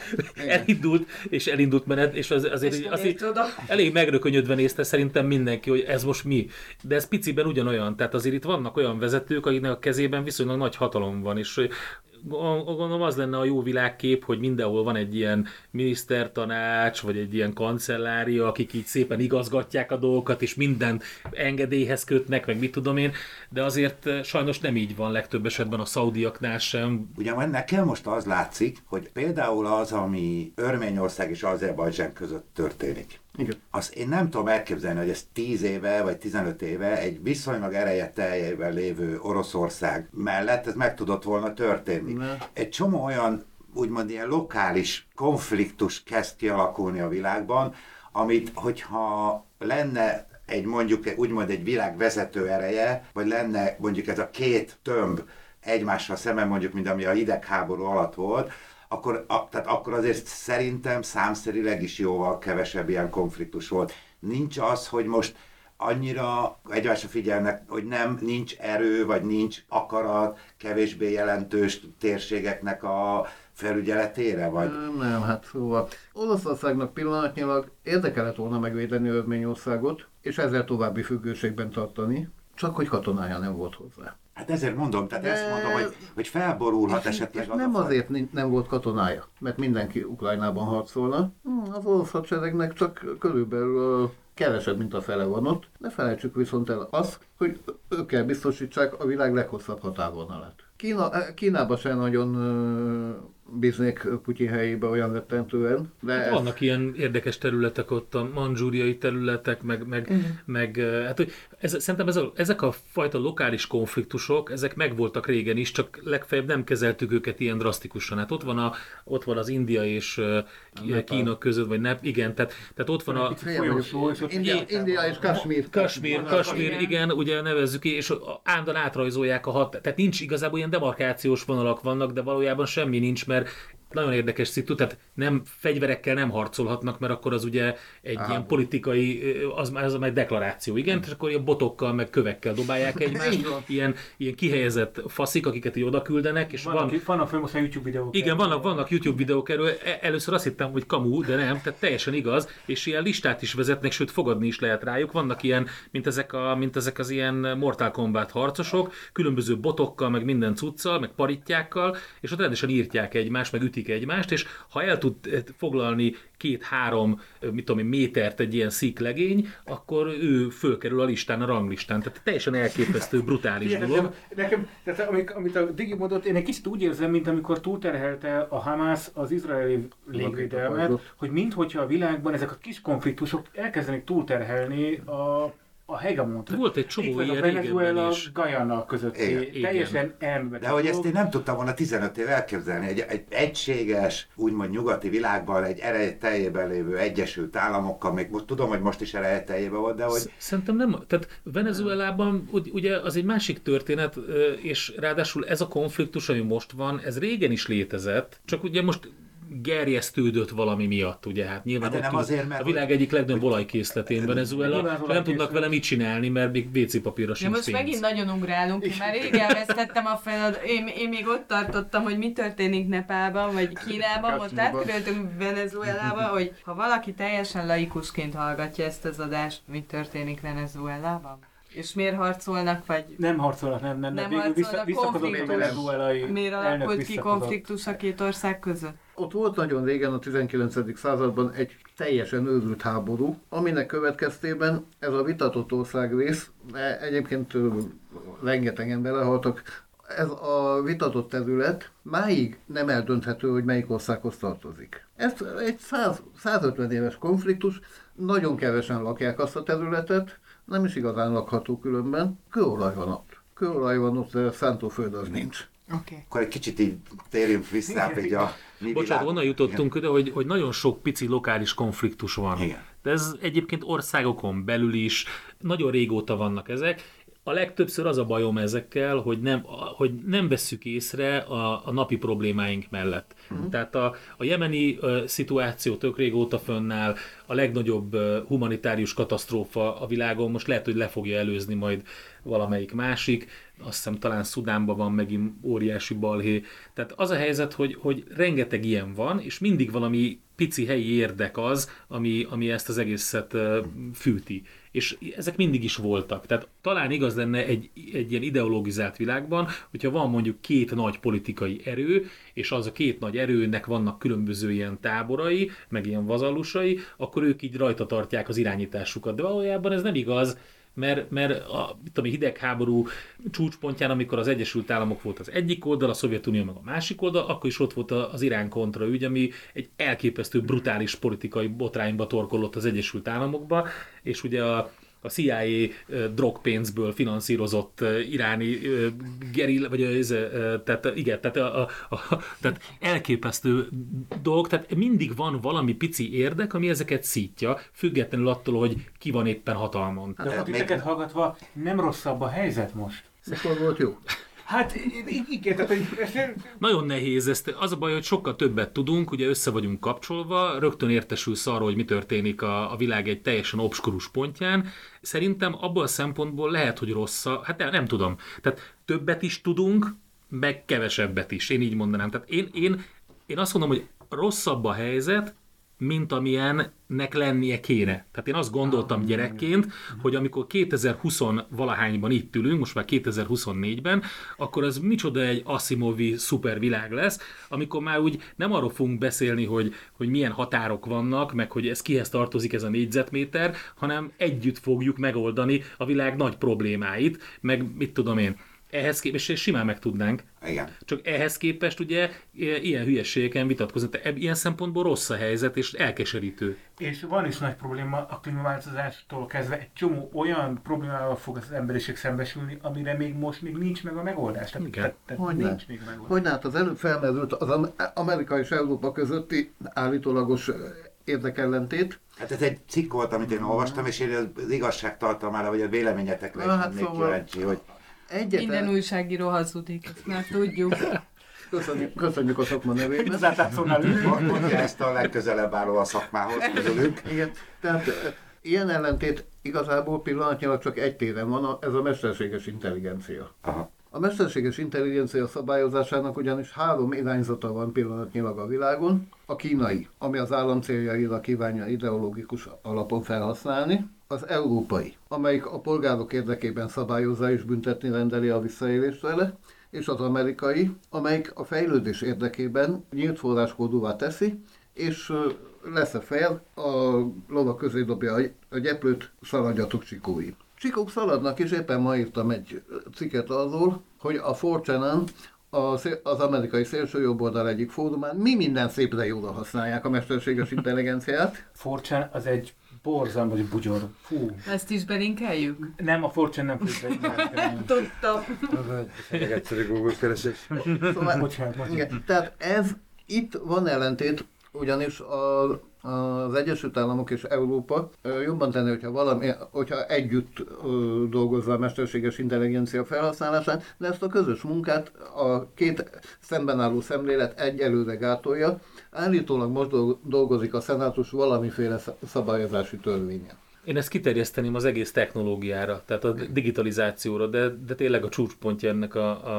elindult menet, és azért elég megrökönyödve nézte szerintem mindenki, hogy ez most mi. De ez piciben ugyanolyan, tehát azért itt vannak olyan vezetők, akiknek a kezében viszonylag nagy hatalom van, és gondolom az lenne a jó világkép, hogy mindenhol van egy ilyen minisztertanács, vagy egy ilyen kancellária, akik így szépen igazgatják a dolgokat, és minden engedélyhez kötnek, meg mit tudom én, de azért sajnos nem így van legtöbb esetben a szaudiaknál sem. Ugye nekem most az látszik, hogy például az, ami Örményország és Azerbajdzsán között történik. Igen. Azt én nem tudom elképzelni, hogy ez 10 éve vagy 15 éve egy viszonylag ereje teljében lévő Oroszország mellett ez meg tudott volna történni. Egy csomó olyan úgymond ilyen lokális konfliktus kezd kialakulni a világban, amit hogyha lenne úgymond egy világ vezető ereje, vagy lenne mondjuk ez a 2 tömb egymással szemben mondjuk, mint ami a hidegháború alatt volt, akkor azért szerintem számszerileg is jóval kevesebb ilyen konfliktus volt. Nincs az, hogy most annyira egymásra figyelnek, hogy nincs erő, vagy nincs akarat kevésbé jelentős térségeknek a felügyeletére, vagy? Nem, hát szóval Oroszországnak pillanatnyilag érdekelett volna megvédeni Örményországot, és ezzel további függőségben tartani, csak hogy katonája nem volt hozzá. Hát ezért mondom, tehát ezt mondom, hogy felborulhat esetleg és nem azért nem volt katonája, mert mindenki Ukrajnában harcolna. Az orosz hadseregnek csak körülbelül kevesebb, mint a fele van ott. Ne felejtsük viszont el azt, hogy ők kell biztosítsák a világ leghosszabb határvonalát. Kínában sem nagyon bíznék Putyin helyébe olyan rettentően. De hát vannak ilyen érdekes területek ott, a mandzsúriai területek, meg hát, hogy szerintem ezek a fajta lokális konfliktusok, ezek megvoltak régen is, csak legfeljebb nem kezeltük őket ilyen drasztikusan. Hát ott van az India és Kína között, vagy igen, tehát ott van a... India és Kasmír, igen, ugye nevezzük ki, és állandóan átrajzolják a tehát nincs igazából ilyen demarkációs vonalak vannak, de valójában semmi nincs, mert nagyon érdekes szitu, tehát nem fegyverekkel nem harcolhatnak, mert akkor az ugye egy ilyen politikai, az már egy deklaráció, igen, és akkor ilyen botokkal, meg kövekkel dobálják egymást, ilyen kihelyezett faszik, akiket így oda küldenek, és vannak föl most a YouTube videók. Igen, vannak YouTube videók erről, először azt hittem, hogy kamu, de nem, tehát teljesen igaz, és ilyen listát is vezetnek, sőt fogadni is lehet rájuk, vannak ilyen, mint ezek az ilyen Mortal Kombat harcosok, különböző botokkal, meg minden cuccal, meg parittyákkal, és ott rendesen írtják egymást, meg ütik egymást, és ha el tud foglalni 2-3 métert egy ilyen szík legény, akkor ő fölkerül a listán, a ranglistán. Tehát teljesen elképesztő, brutális dolog. Nekem, tehát amit a Digi mondott, én egy kicsit úgy érzem, mint amikor túlterhelte a Hamász az izraeli légvédelmet, hogy minthogyha a világban ezek a kis konfliktusok elkezdenek túlterhelni a hegemont. Volt egy csomó ilyen régebben is. Guyana közötti, teljesen elmebetett. De hogy ezt én nem tudtam volna 15 év elképzelni, egy egységes, úgymond nyugati világban, egy erejteljében lévő Egyesült Államokkal, még tudom, hogy most is erejteljében volt, de hogy... Szerintem nem, tehát Venezuelában ugye az egy másik történet, és ráadásul ez a konfliktus, ami most van, ez régen is létezett, csak ugye most gerjesztődött valami miatt, ugye, hát nyilván nem azért, mert a világ egyik legnagyobb olajkészletén Venezuela, nem tudnak vele mit csinálni, mert még WC papírra sincs most pénz. Megint nagyon ugrálunk, én már rég elvesztettem a feladat, én még ott tartottam, hogy mi történik Nepálban, vagy Kínában, most átkörültünk Venezuelába, hogy ha valaki teljesen laikusként hallgatja ezt az adást, mi történik Venezuelában? És miért harcolnak, vagy... Nem harcolnak, nem harcolnak, konfliktus. Miért alakult ki konfliktus a két ország között? Ott volt nagyon régen, a 19. században egy teljesen őrült háború, aminek következtében ez a vitatott országrész, egyébként rengetegen belehaltak, ez a vitatott terület máig nem eldönthető, hogy melyik országhoz tartozik. Ez egy 150 éves konfliktus, nagyon kevesen lakják azt a területet, nem is igazán lakható különben. Kőolaj van ott, szántóföld az nincs. Okay. Akkor egy kicsit így térjünk vissza, hogy a mi bocsánat, onnan jutottunk ide, hogy nagyon sok pici lokális konfliktus van. Igen. De ez egyébként országokon belül is, nagyon régóta vannak ezek. A legtöbbször az a bajom ezekkel, hogy nem vesszük észre a napi problémáink mellett. Tehát a jemeni szituáció tök régóta fönnáll, a legnagyobb humanitárius katasztrófa a világon, most lehet, hogy le fogja előzni majd valamelyik másik, azt hiszem talán Szudánban van megint óriási balhé. Tehát az a helyzet, hogy rengeteg ilyen van, és mindig valami pici helyi érdek az, ami ezt az egészet fűti. És ezek mindig is voltak. Tehát talán igaz lenne egy ilyen ideologizált világban, hogyha van mondjuk két nagy politikai erő, és az a két nagy erőnek vannak különböző ilyen táborai, meg ilyen vazallusai, akkor ők így rajta tartják az irányításukat. De valójában ez nem igaz, mert a hidegháború csúcspontján, amikor az Egyesült Államok volt az egyik oldal, a Szovjetunió meg a másik oldal, akkor is ott volt az Irán kontra ügy, ami egy elképesztő brutális politikai botrányba torkollott az Egyesült Államokba, és ugye a CIA drogpénzből finanszírozott iráni gerilla, vagy tehát elképesztő dolog, tehát mindig van valami pici érdek, ami ezeket szítja, függetlenül attól, hogy ki van éppen hatalmon. De a titeket hallgatva nem rosszabb a helyzet most? Mikor volt jó? Hát igen, tehát hogy... Nagyon nehéz ezt. Az a baj, hogy sokkal többet tudunk, ugye össze vagyunk kapcsolva, rögtön értesülsz arról, hogy mi történik a világ egy teljesen obskurus pontján. Szerintem abból a szempontból lehet, hogy rossz, hát nem tudom. Tehát többet is tudunk, meg kevesebbet is, én így mondanám. Tehát én azt mondom, hogy rosszabb a helyzet, mint amilyennek lennie kéne. Tehát én azt gondoltam gyerekként, hogy amikor 2020-valahányban itt ülünk, most már 2024-ben, akkor az micsoda egy Asimovi szupervilág lesz, amikor már úgy nem arról fogunk beszélni, hogy milyen határok vannak, meg hogy ez kihez tartozik ez a négyzetméter, hanem együtt fogjuk megoldani a világ nagy problémáit, meg mit tudom én. Ehhez képest, és simán meg tudnánk. Igen. Csak ehhez képest ugye ilyen hülyeségeken vitatkozni. Ilyen szempontból rossz a helyzet, és elkeserítő. És van is nagy probléma a klímaváltozástól kezdve. Egy csomó olyan problémával fog az emberiség szembesülni, amire még nincs meg a megoldás. Tehát nincs még megoldás. Hogyne, hát az előbb felmerült az Amerika és Európa közötti állítólagos érdekellentét. Hát ez egy cikk volt, amit én olvastam, és én az igazságtartalmára, vagy a véleményetekre is lennék kíváncsi, hogy minden újságíró hazudik, ezt már tudjuk. Köszönjük a szakma nevében. mondja ezt a legközelebb álló a szakmához közülünk. Igen, tehát ilyen ellentét igazából pillanatnyilag csak egy téren van, ez a mesterséges intelligencia. Aha. A mesterséges intelligencia szabályozásának ugyanis 3 irányzata van pillanatnyilag a világon. A kínai, ami az állam céljaira kívánja ideológikus alapon felhasználni. Az európai, amelyik a polgárok érdekében szabályozza és büntetni rendeli a visszaélést vele. És az amerikai, amelyik a fejlődés érdekében nyílt forráskódúvá teszi, és lesz-e fel, a lovak közé dobja a gyeplőt, szaladjatok csikói. Csikók szaladnak, és éppen ma írtam egy cikket arról, hogy a 4chanen, az amerikai szélsőjobboldal egyik fórumán mi minden szépre jóra használják a mesterséges intelligenciát. 4chan az egy borzalmas bugyor. Fú. Ezt is belinkeljük? Nem, a 4chan nem fog belinkelni. Tudtam. Ez egy egyszerű Google keresés. Szóval, Bocsánat. igen, tehát itt van ellentét, ugyanis az Egyesült Államok és Európa jobban tenni, hogyha együtt dolgozza a mesterséges intelligencia felhasználásán, de ezt a közös munkát a két szemben álló szemlélet egyelőre gátolja. Állítólag most dolgozik a szenátus valamiféle szabályozási törvényen. Én ezt kiterjeszteném az egész technológiára, tehát a digitalizációra, de tényleg a csúcspontja ennek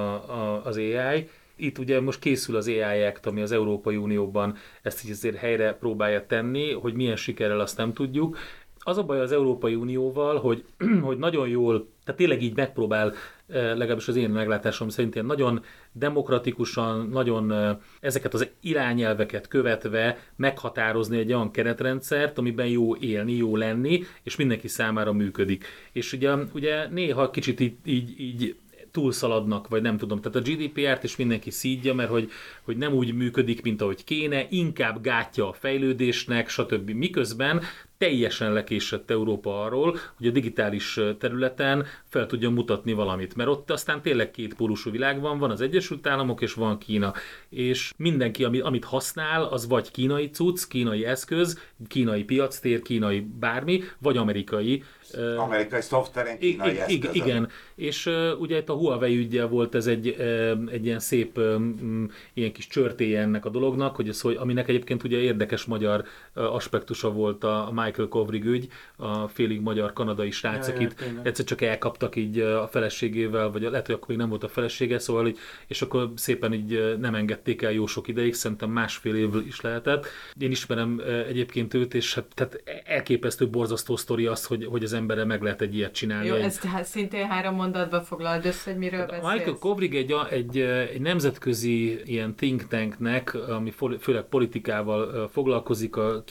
az AI. Itt ugye most készül az AI Act, ami az Európai Unióban ezt így azért helyre próbálja tenni, hogy milyen sikerrel azt nem tudjuk. Az a baj az Európai Unióval, hogy nagyon jól, tehát tényleg így megpróbál, legalábbis az én meglátásom szerint ilyen nagyon demokratikusan, nagyon ezeket az irányelveket követve meghatározni egy olyan keretrendszert, amiben jó élni, jó lenni, és mindenki számára működik. És ugye néha kicsit így túlszaladnak, vagy nem tudom. Tehát a GDPR-t is mindenki szídja, mert hogy nem úgy működik, mint ahogy kéne, inkább gátja a fejlődésnek, stb. Miközben teljesen lekésett Európa arról, hogy a digitális területen fel tudja mutatni valamit. Mert ott aztán tényleg kétpólusú világ van az Egyesült Államok és van Kína. És mindenki, amit használ, az vagy kínai cucc, kínai eszköz, kínai piactér, kínai bármi, vagy amerikai. Amerikai szoftveren kínai eszköz. Igen, és ugye itt a Huawei üggyel volt ez egy ilyen szép ilyen kis csörtéje ennek a dolognak, hogy aminek egyébként ugye érdekes magyar aspektusa volt a Michael Kovrig ügy, a félig magyar kanadai srác, akit egyszer csak elkaptak így a feleségével, vagy lehet, hogy akkor még nem volt a felesége, szóval és akkor szépen így nem engedték el jó sok ideig, szerintem 1,5 év is lehetett. Én ismerem egyébként őt, és tehát elképesztő borzasztó sztori az, hogy az emberre meg lehet egy ilyet csinálni. Jó, ezt szintén 3 mondatba foglald össze, hogy miről beszélsz. Michael Kovrig egy nemzetközi ilyen think tanknek, ami főleg politikával foglalkozik, a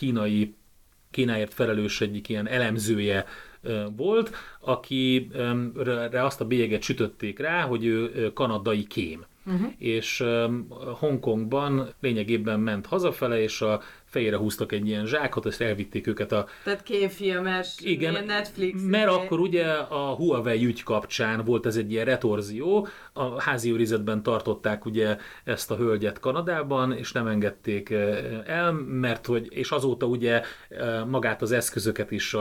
Kínáért felelős egyik ilyen elemzője volt, akire azt a bélyeget sütötték rá, hogy ő kanadai kém. És Hongkongban lényegében ment hazafele, és a fejére húztak egy ilyen zsákot, ezt elvitték őket a... Tehát kémfilmes, igen, Netflix. mert akkor ugye a Huawei ügy kapcsán volt ez egy ilyen retorzió, a házi őrizetben tartották ugye ezt a hölgyet Kanadában, és nem engedték el, mert hogy, és azóta ugye magát az eszközöket is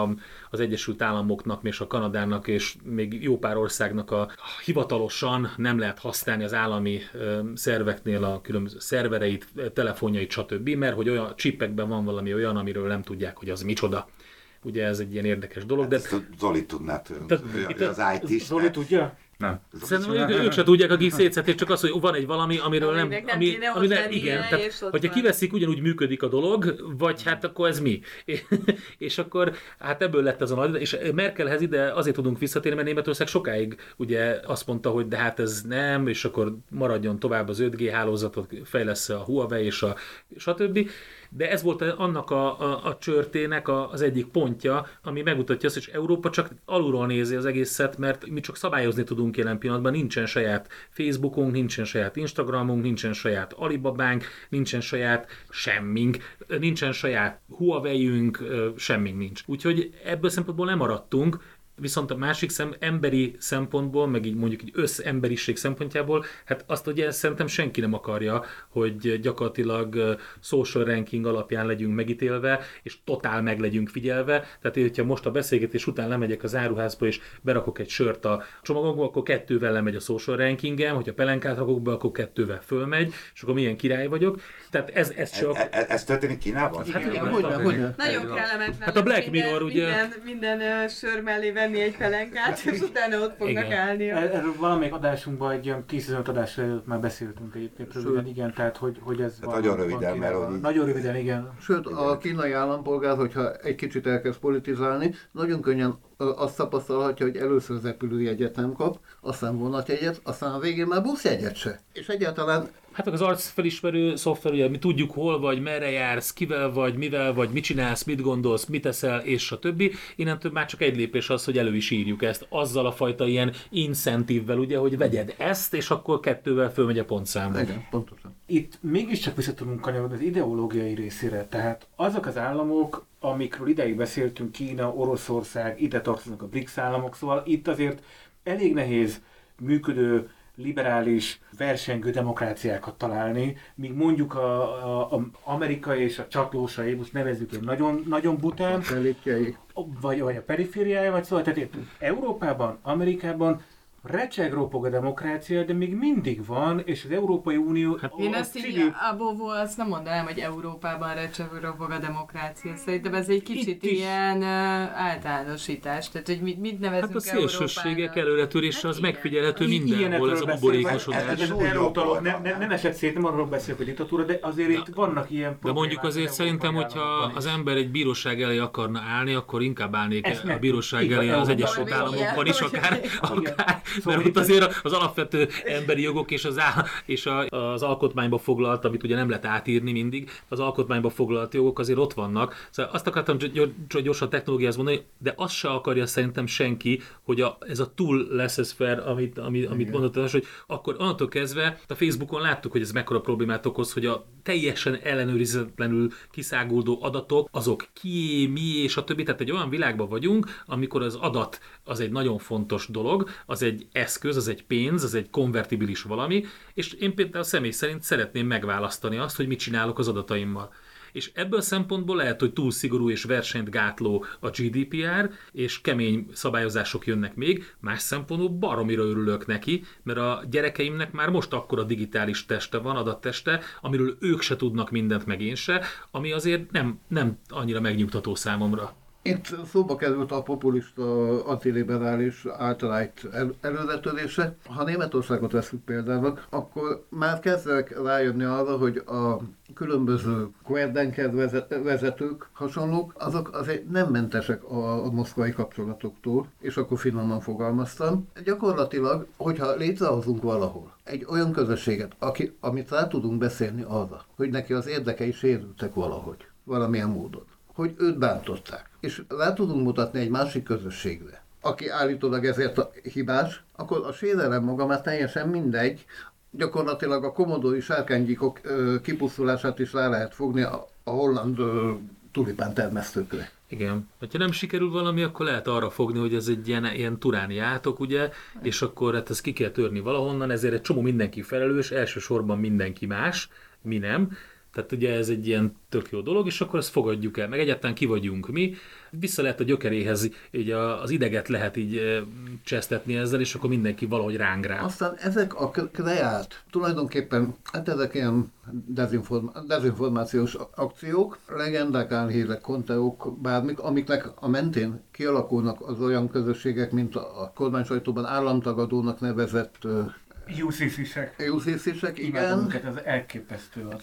az Egyesült Államoknak, és a Kanadának, és még jó pár országnak hivatalosan nem lehet használni az állami szerveknél a különböző szervereit, telefonjait, stb., mert hogy olyan csipekben van valami olyan, amiről nem tudják, hogy az micsoda. Ugye ez egy ilyen érdekes dolog. De... Zoli tudná tőle, az IT-s. Zoli tudja? Nem. Szerintem ők se tudják, akik szétszették, csak az, hogy van egy valami, amiről nem... Igen, tehát, hogyha kiveszik, ugyanúgy működik a dolog, vagy hát akkor ez mi? És akkor hát ebből lett ez a nagy... És Merkelhez ide azért tudunk visszatérni, mert Németország sokáig ugye azt mondta, hogy de hát ez nem, és akkor maradjon tovább az 5G hálózatot, fejlessze a Huawei és a stb. De ez volt annak a csörtének az egyik pontja, ami megmutatja azt, hogy Európa csak alulról nézi az egészet, mert mi csak szabályozni tudunk jelen pillanatban, nincsen saját Facebookunk, nincsen saját Instagramunk, nincsen saját Alibabánk, nincsen saját semmink, nincsen saját Huawei-ünk, semmink nincs. Úgyhogy ebből szempontból nem maradtunk, viszont a másik emberi szempontból, meg így mondjuk egy összemberiség szempontjából, hát azt ugye szerintem senki nem akarja, hogy gyakorlatilag social ranking alapján legyünk megítélve, és totál meg legyünk figyelve. Tehát, hogyha most a beszélgetés után lemegyek az áruházba, és berakok egy sört a csomagokba, akkor 2-vel lemegy a social rankingem, hogyha pelenkát rakok be, akkor 2-vel fölmegy, és akkor milyen király vagyok. Tehát ez csak... Ez történik Kínában? Hát Hogyne. Nagyon kellemetlen. Hát a Black Mirror ugye... Minden sör mellé venni egy pelenkát, és utána ott fognak Igen. állni. Erről valamelyik adásunkban egy olyan 10-15 adásra előtt már beszéltünk egyébként röviden, igen, tehát hogy ez van. Nagyon röviden, mert hogy... Nagyon röviden, igen. Sőt, a kínai állampolgár, hogyha egy kicsit elkezd politizálni, nagyon könnyen azt tapasztalhatja, hogy először az repülőjegyet nem kap, aztán vonatjegyet, aztán a végén már buszjegyet se. És egyáltalán... Hát az arcfelismerő szoftver, ugye mi tudjuk hol vagy, merre jársz, kivel vagy, mivel vagy, mit csinálsz, mit gondolsz, mit teszel, és a többi. Innentől már csak egy lépés az, hogy elő is írjuk ezt, azzal a fajta ilyen incentívvel, ugye, hogy vegyed ezt, és akkor 2-vel fölmegy a pontszámba. Igen, pontosan. Itt mégiscsak vissza tudunk kanyarodni az ideológiai részére, tehát azok az államok, amikről ideig beszéltünk, Kína, Oroszország, ide tartoznak a BRICS államok, szóval itt azért elég nehéz működő, liberális, versengő demokráciákat találni, míg mondjuk a Amerika és a csatlósai, most nevezzük egy nagyon, nagyon bután, vagy a perifériája, vagy szóval, tehát Európában, Amerikában recseg ropog a demokrácia, de még mindig van, és az Európai Unió... Hát én ezt így abból azt nem mondanám, hogy Európában recseg ropog a demokrácia. Szerintem ez egy kicsit ilyen általánosítás. Tehát, hogy mit nevezünk hát a szélsőségek előretörése az megfigyelhető mindenhol, ez a buborékosodás. Nem esett szét, nem arról beszélek, hogy diktatúra, de azért itt vannak ilyen problémák. De mondjuk azért szerintem, hogyha az ember egy bíróság elé akarna állni, akkor inkább állnék a bíróság elé az Egyesült Államokban is, akár mert ott azért az alapvető emberi jogok és az alkotmányba foglalt, amit ugye nem lehet átírni mindig, az alkotmányba foglalt jogok azért ott vannak. Szóval azt akartam gyorsan technológiához mondani, de azt se akarja szerintem senki, hogy ez a túl laissez-faire, amit mondott, hogy akkor onnantól kezdve a Facebookon láttuk, hogy ez mekkora problémát okoz, hogy a teljesen ellenőrizetlenül kiszáguldó adatok, azok ki, mi és a többi. Tehát egy olyan világban vagyunk, amikor az adat az egy nagyon fontos dolog, az egy eszköz, az egy pénz, az egy konvertibilis valami, és én például személy szerint szeretném megválasztani azt, hogy mit csinálok az adataimmal. És ebből szempontból lehet, hogy túl szigorú és versenyt gátló a GDPR, és kemény szabályozások jönnek még, más szempontból baromira örülök neki, mert a gyerekeimnek már most akkora digitális teste van, adatteste, amiről ők se tudnak mindent, meg én se, ami azért nem annyira megnyugtató számomra. Itt szóba került a populista, antiliberális általányt előretörése. Ha Németországot veszünk például, akkor már kezdek rájönni arra, hogy a különböző Querdenker vezetők, hasonlók, azok azért nem mentesek a moszkvai kapcsolatoktól, és akkor finoman fogalmaztam. Gyakorlatilag, hogyha létrehozunk valahol egy olyan közösséget, amit rá tudunk beszélni arra, hogy neki az érdekei sérültek valahogy, valamilyen módon, hogy őt bántották, és rá tudunk mutatni egy másik közösségre, aki állítólag ezért a hibás, akkor a sérelem maga már teljesen mindegy, gyakorlatilag a komodói sárkánygyíkok kipusztulását is rá lehet fogni a holland tulipán termesztőkre. Igen. Ha nem sikerül valami, akkor lehet arra fogni, hogy ez egy ilyen turáni átok, ugye, és akkor hát ezt ki kell törni valahonnan, ezért egy csomó mindenki felelős, elsősorban mindenki más, mi nem. Tehát ugye ez egy ilyen tök jó dolog, és akkor ezt fogadjuk el, meg egyáltalán ki vagyunk mi. Vissza lehet a gyökeréhez, így az ideget lehet így csesztetni ezzel, és akkor mindenki valahogy ránk rá. Aztán ezek a kreált, tulajdonképpen, hát ezek ilyen dezinformációs akciók, legendák, álhírek, konteók, bármik, amiknek a mentén kialakulnak az olyan közösségek, mint a kormánysajtóban államtagadónak nevezett UCC-sek, igen. Ez elképesztő az.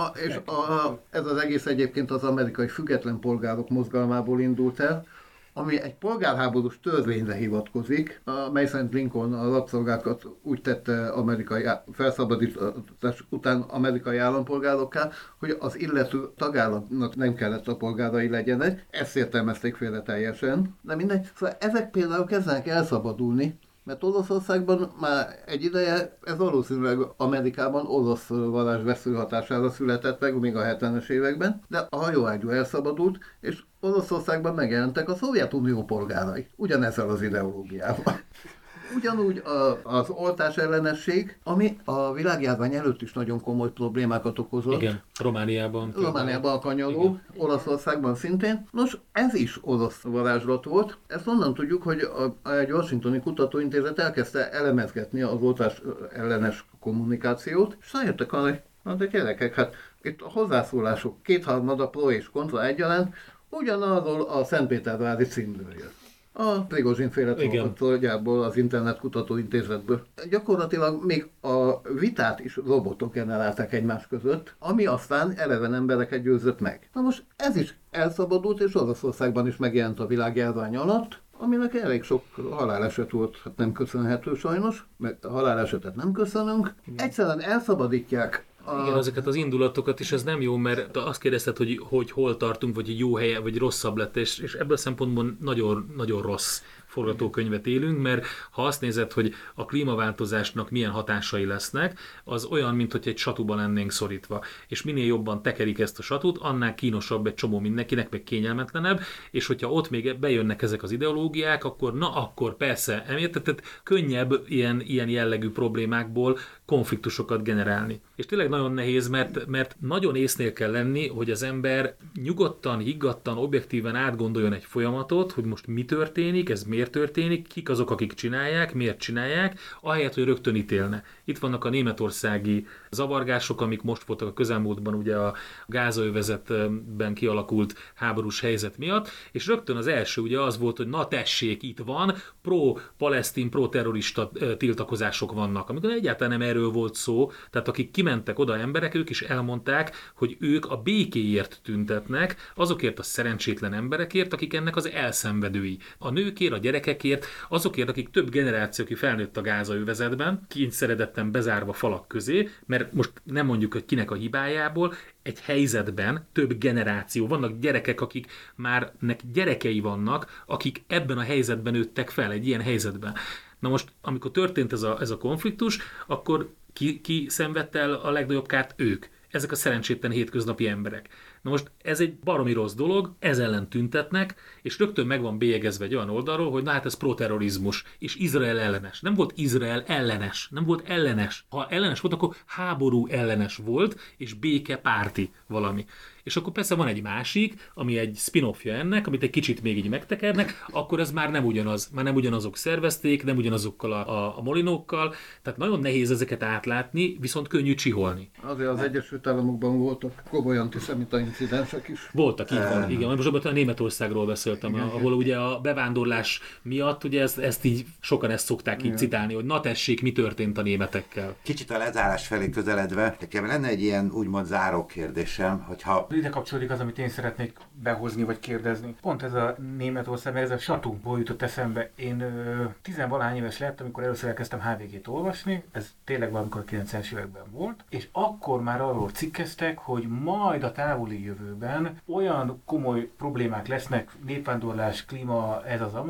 Ez az egész egyébként az amerikai független polgárok mozgalmából indult el, ami egy polgárháborús törvényre hivatkozik, mely szerint Lincoln a rabszolgákat úgy tette amerikai felszabadítás után amerikai állampolgárokká, hogy az illető tagállamnak nem kellett a polgárai legyenek. Ezt értelmezték félre teljesen. De mindegy, szóval ezek például kezdenek elszabadulni, mert Oroszországban már egy ideje, ez valószínűleg Amerikában orosz varázsvesző hatására született meg, még a 70-es években, de a hajóágyú elszabadult, és Oroszországban megjelentek a Szovjetunió polgárai, ugyanezzel az ideológiával. Ugyanúgy az oltás ellenesség, ami a világjárvány előtt is nagyon komoly problémákat okozott. Igen, Romániában a kanyaró, Olaszországban szintén. Nos, ez is orosz varázslat volt. Ezt onnan tudjuk, hogy egy washingtoni kutatóintézet elkezdte elemezgetni az oltás ellenes kommunikációt, és rájöttek arra, hogy gyerekek, hát itt a hozzászólások 2/3 pro és kontra egyaránt ugyanarról a Szentpétervári címről jött. A Prigozsin-féle tolgyából, az Internet Kutatóintézetből. Gyakorlatilag még a vitát is robotok generálták egymás között, ami aztán eleven embereket győzött meg. Na most ez is elszabadult, és Oroszországban is megjelent a világjárvány alatt, aminek elég sok haláleset volt, hát nem köszönhető sajnos, mert a halálesetet nem köszönünk. Egyszerűen elszabadítják. Igen, ezeket az indulatokat is, ez nem jó, mert azt kérdezted, hogy hol tartunk, vagy jó helye, vagy rosszabb lett, és ebből a szempontból nagyon, nagyon rossz forgatókönyvet élünk, mert ha azt nézed, hogy a klímaváltozásnak milyen hatásai lesznek, az olyan, mint hogy egy satuban lennénk szorítva. És minél jobban tekerik ezt a satut, annál kínosabb egy csomó mindenkinek, meg kényelmetlenebb, és hogyha ott még bejönnek ezek az ideológiák, akkor persze, tehát könnyebb ilyen jellegű problémákból konfliktusokat generálni. És tényleg nagyon nehéz, mert nagyon észnél kell lenni, hogy az ember nyugodtan, higgadtan, objektíven átgondoljon egy folyamatot, hogy most mi történik, ez miért történik, kik azok, akik csinálják, miért csinálják, ahelyett, hogy rögtön ítélne. Itt vannak a németországi zavargások, amik most voltak a közelmúltban ugye a Gázaövezetben kialakult háborús helyzet miatt, és rögtön az első ugye az volt, hogy na tessék, itt van, pro-palesztin, pro-terrorista tiltakozások vannak, amikor egyáltalán nem erről volt szó, tehát akik kimentek oda emberek, ők is elmondták, hogy ők a békéért tüntetnek, azokért a szerencsétlen emberekért, akik ennek az elszenvedői. A nőkért, a gyerekekért, azokért, akik több generáció, aki felnőtt a Gázaövezetben, kényszeredetten bezárva falak közé, mert most nem mondjuk, hogy kinek a hibájából, egy helyzetben több generáció. Vannak gyerekek, akik márnek gyerekei vannak, akik ebben a helyzetben nőttek fel, egy ilyen helyzetben. Na most, amikor történt ez a konfliktus, akkor ki szenvedte el a legnagyobb kárt? Ők. Ezek a szerencsétlen hétköznapi emberek. Na most ez egy baromi rossz dolog, ez ellen tüntetnek, és rögtön meg van bélyegezve egy olyan oldalról, hogy na hát ez proterrorizmus, és Izrael ellenes. Nem volt Izrael ellenes, nem volt ellenes. Ha ellenes volt, akkor háború ellenes volt, és békepárti valami. És akkor persze van egy másik, ami egy spin-offja ennek, amit egy kicsit még így megtekernek, akkor ez már nem ugyanaz. Már nem ugyanazok szervezték, nem ugyanazokkal a molinókkal, tehát nagyon nehéz ezeket átlátni, viszont könnyű csiholni. Azért az Egyesült Államokban voltak komoly antiszemita incidensek is. Voltak, így van. Igen, most a Németországról beszéltem, ahol ugye a bevándorlás miatt, ugye ezt így sokan ezt szokták így citálni, hogy na tessék, mi történt a németekkel. Kicsit a lezárás felé közeledve, nekem lenne egy ilyen úgymond záró kérdésem, hogyha ide kapcsolódik az, amit én szeretnék behozni vagy kérdezni. Pont ez a Németország, ez a satunkból jutott eszembe. Én 10-valahány éves lettem, amikor először elkezdtem HVG-t olvasni, ez tényleg valamikor a 90-es években volt, és akkor már arról cikkeztek, hogy majd a távoli jövőben olyan komoly problémák lesznek, népvándorlás, klíma, ez az amaz,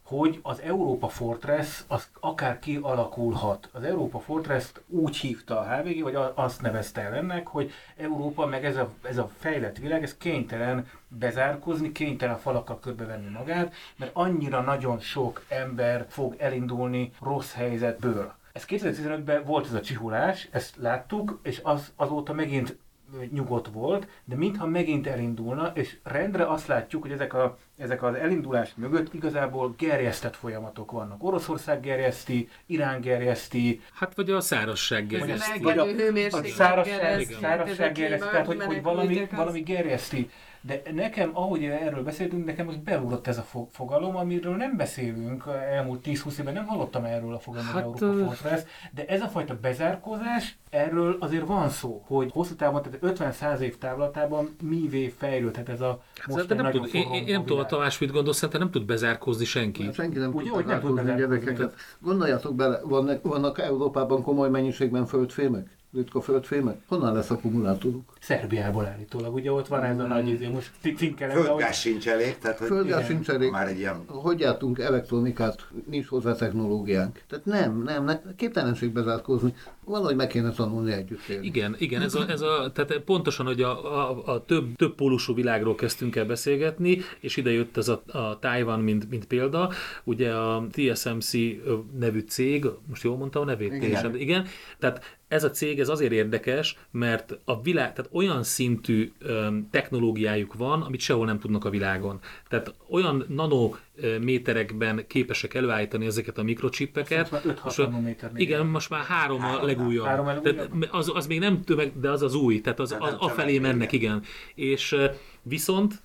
hogy az Európa Fortress az akár kialakulhat. Az Európa Fortress-t úgy hívta a HVG, vagy azt nevezte el ennek, hogy Európa, meg ez a fejlett világ, ez kénytelen bezárkózni, kénytelen falakkal körbevenni magát, mert annyira nagyon sok ember fog elindulni rossz helyzetből. Ez 2015-ben volt ez a csihulás, ezt láttuk, és azóta megint nyugodt volt, de mintha megint elindulna, és rendre azt látjuk, hogy ezek az elindulás mögött igazából gerjesztett folyamatok vannak. Oroszország gerjeszti, Irán gerjeszti. Hát vagy a szárazság gerjeszti. Vagy a szárazság gerjeszti, tehát hogy valami gerjeszti. De nekem, ahogy erről beszéltünk, nekem most beúrott ez a fogalom, amiről nem beszélünk elmúlt 10-20 évben, nem hallottam erről a fogalomról, Európa Fortress, de ez a fajta bezárkózás, erről azért van szó, hogy hosszú távon, tehát 50-100 év távlatában mivé fejlődhet ez a mostani nagyon forró Én nem tudom, a Tamás mit gondolsz, szerintem nem tud bezárkózni senki. Senki nem Ugye, tud hogy nem tud bezárkózni gyerekeket. Gondoljatok bele, vannak Európában komoly mennyiségben földfémek? Ritka földfémek? Honnan lesz akkumulátoruk? Szerbiából állítólag, ugye ott van ez a nagy most cinkelem. Földgáz sincs elég, tehát hogy Földgáz sincs elég. már egy ilyen... Hogy jártunk elektronikát, nincs hozzá technológiánk. Tehát nem, képtelenség bezárkózni. Valahogy meg kéne tanulni együtt élni. Igen, tehát pontosan, hogy a több pólusú világról kezdtünk el beszélgetni, és ide jött ez a Taiwan, mint példa. Ugye a TSMC nevű cég, most jól mondtam a nevét? Igen. Tehát ez a cég ez azért érdekes, mert a világ, tehát olyan szintű technológiájuk van, amit sehol nem tudnak a világon. Tehát olyan nanométerekben képesek előállítani ezeket a mikrochippeket. Most már 5-6 nanométer. Igen, most már 3 a legújabb. Tehát az még nem tömeg, de az új, tehát az afelé mennek, igen. És viszont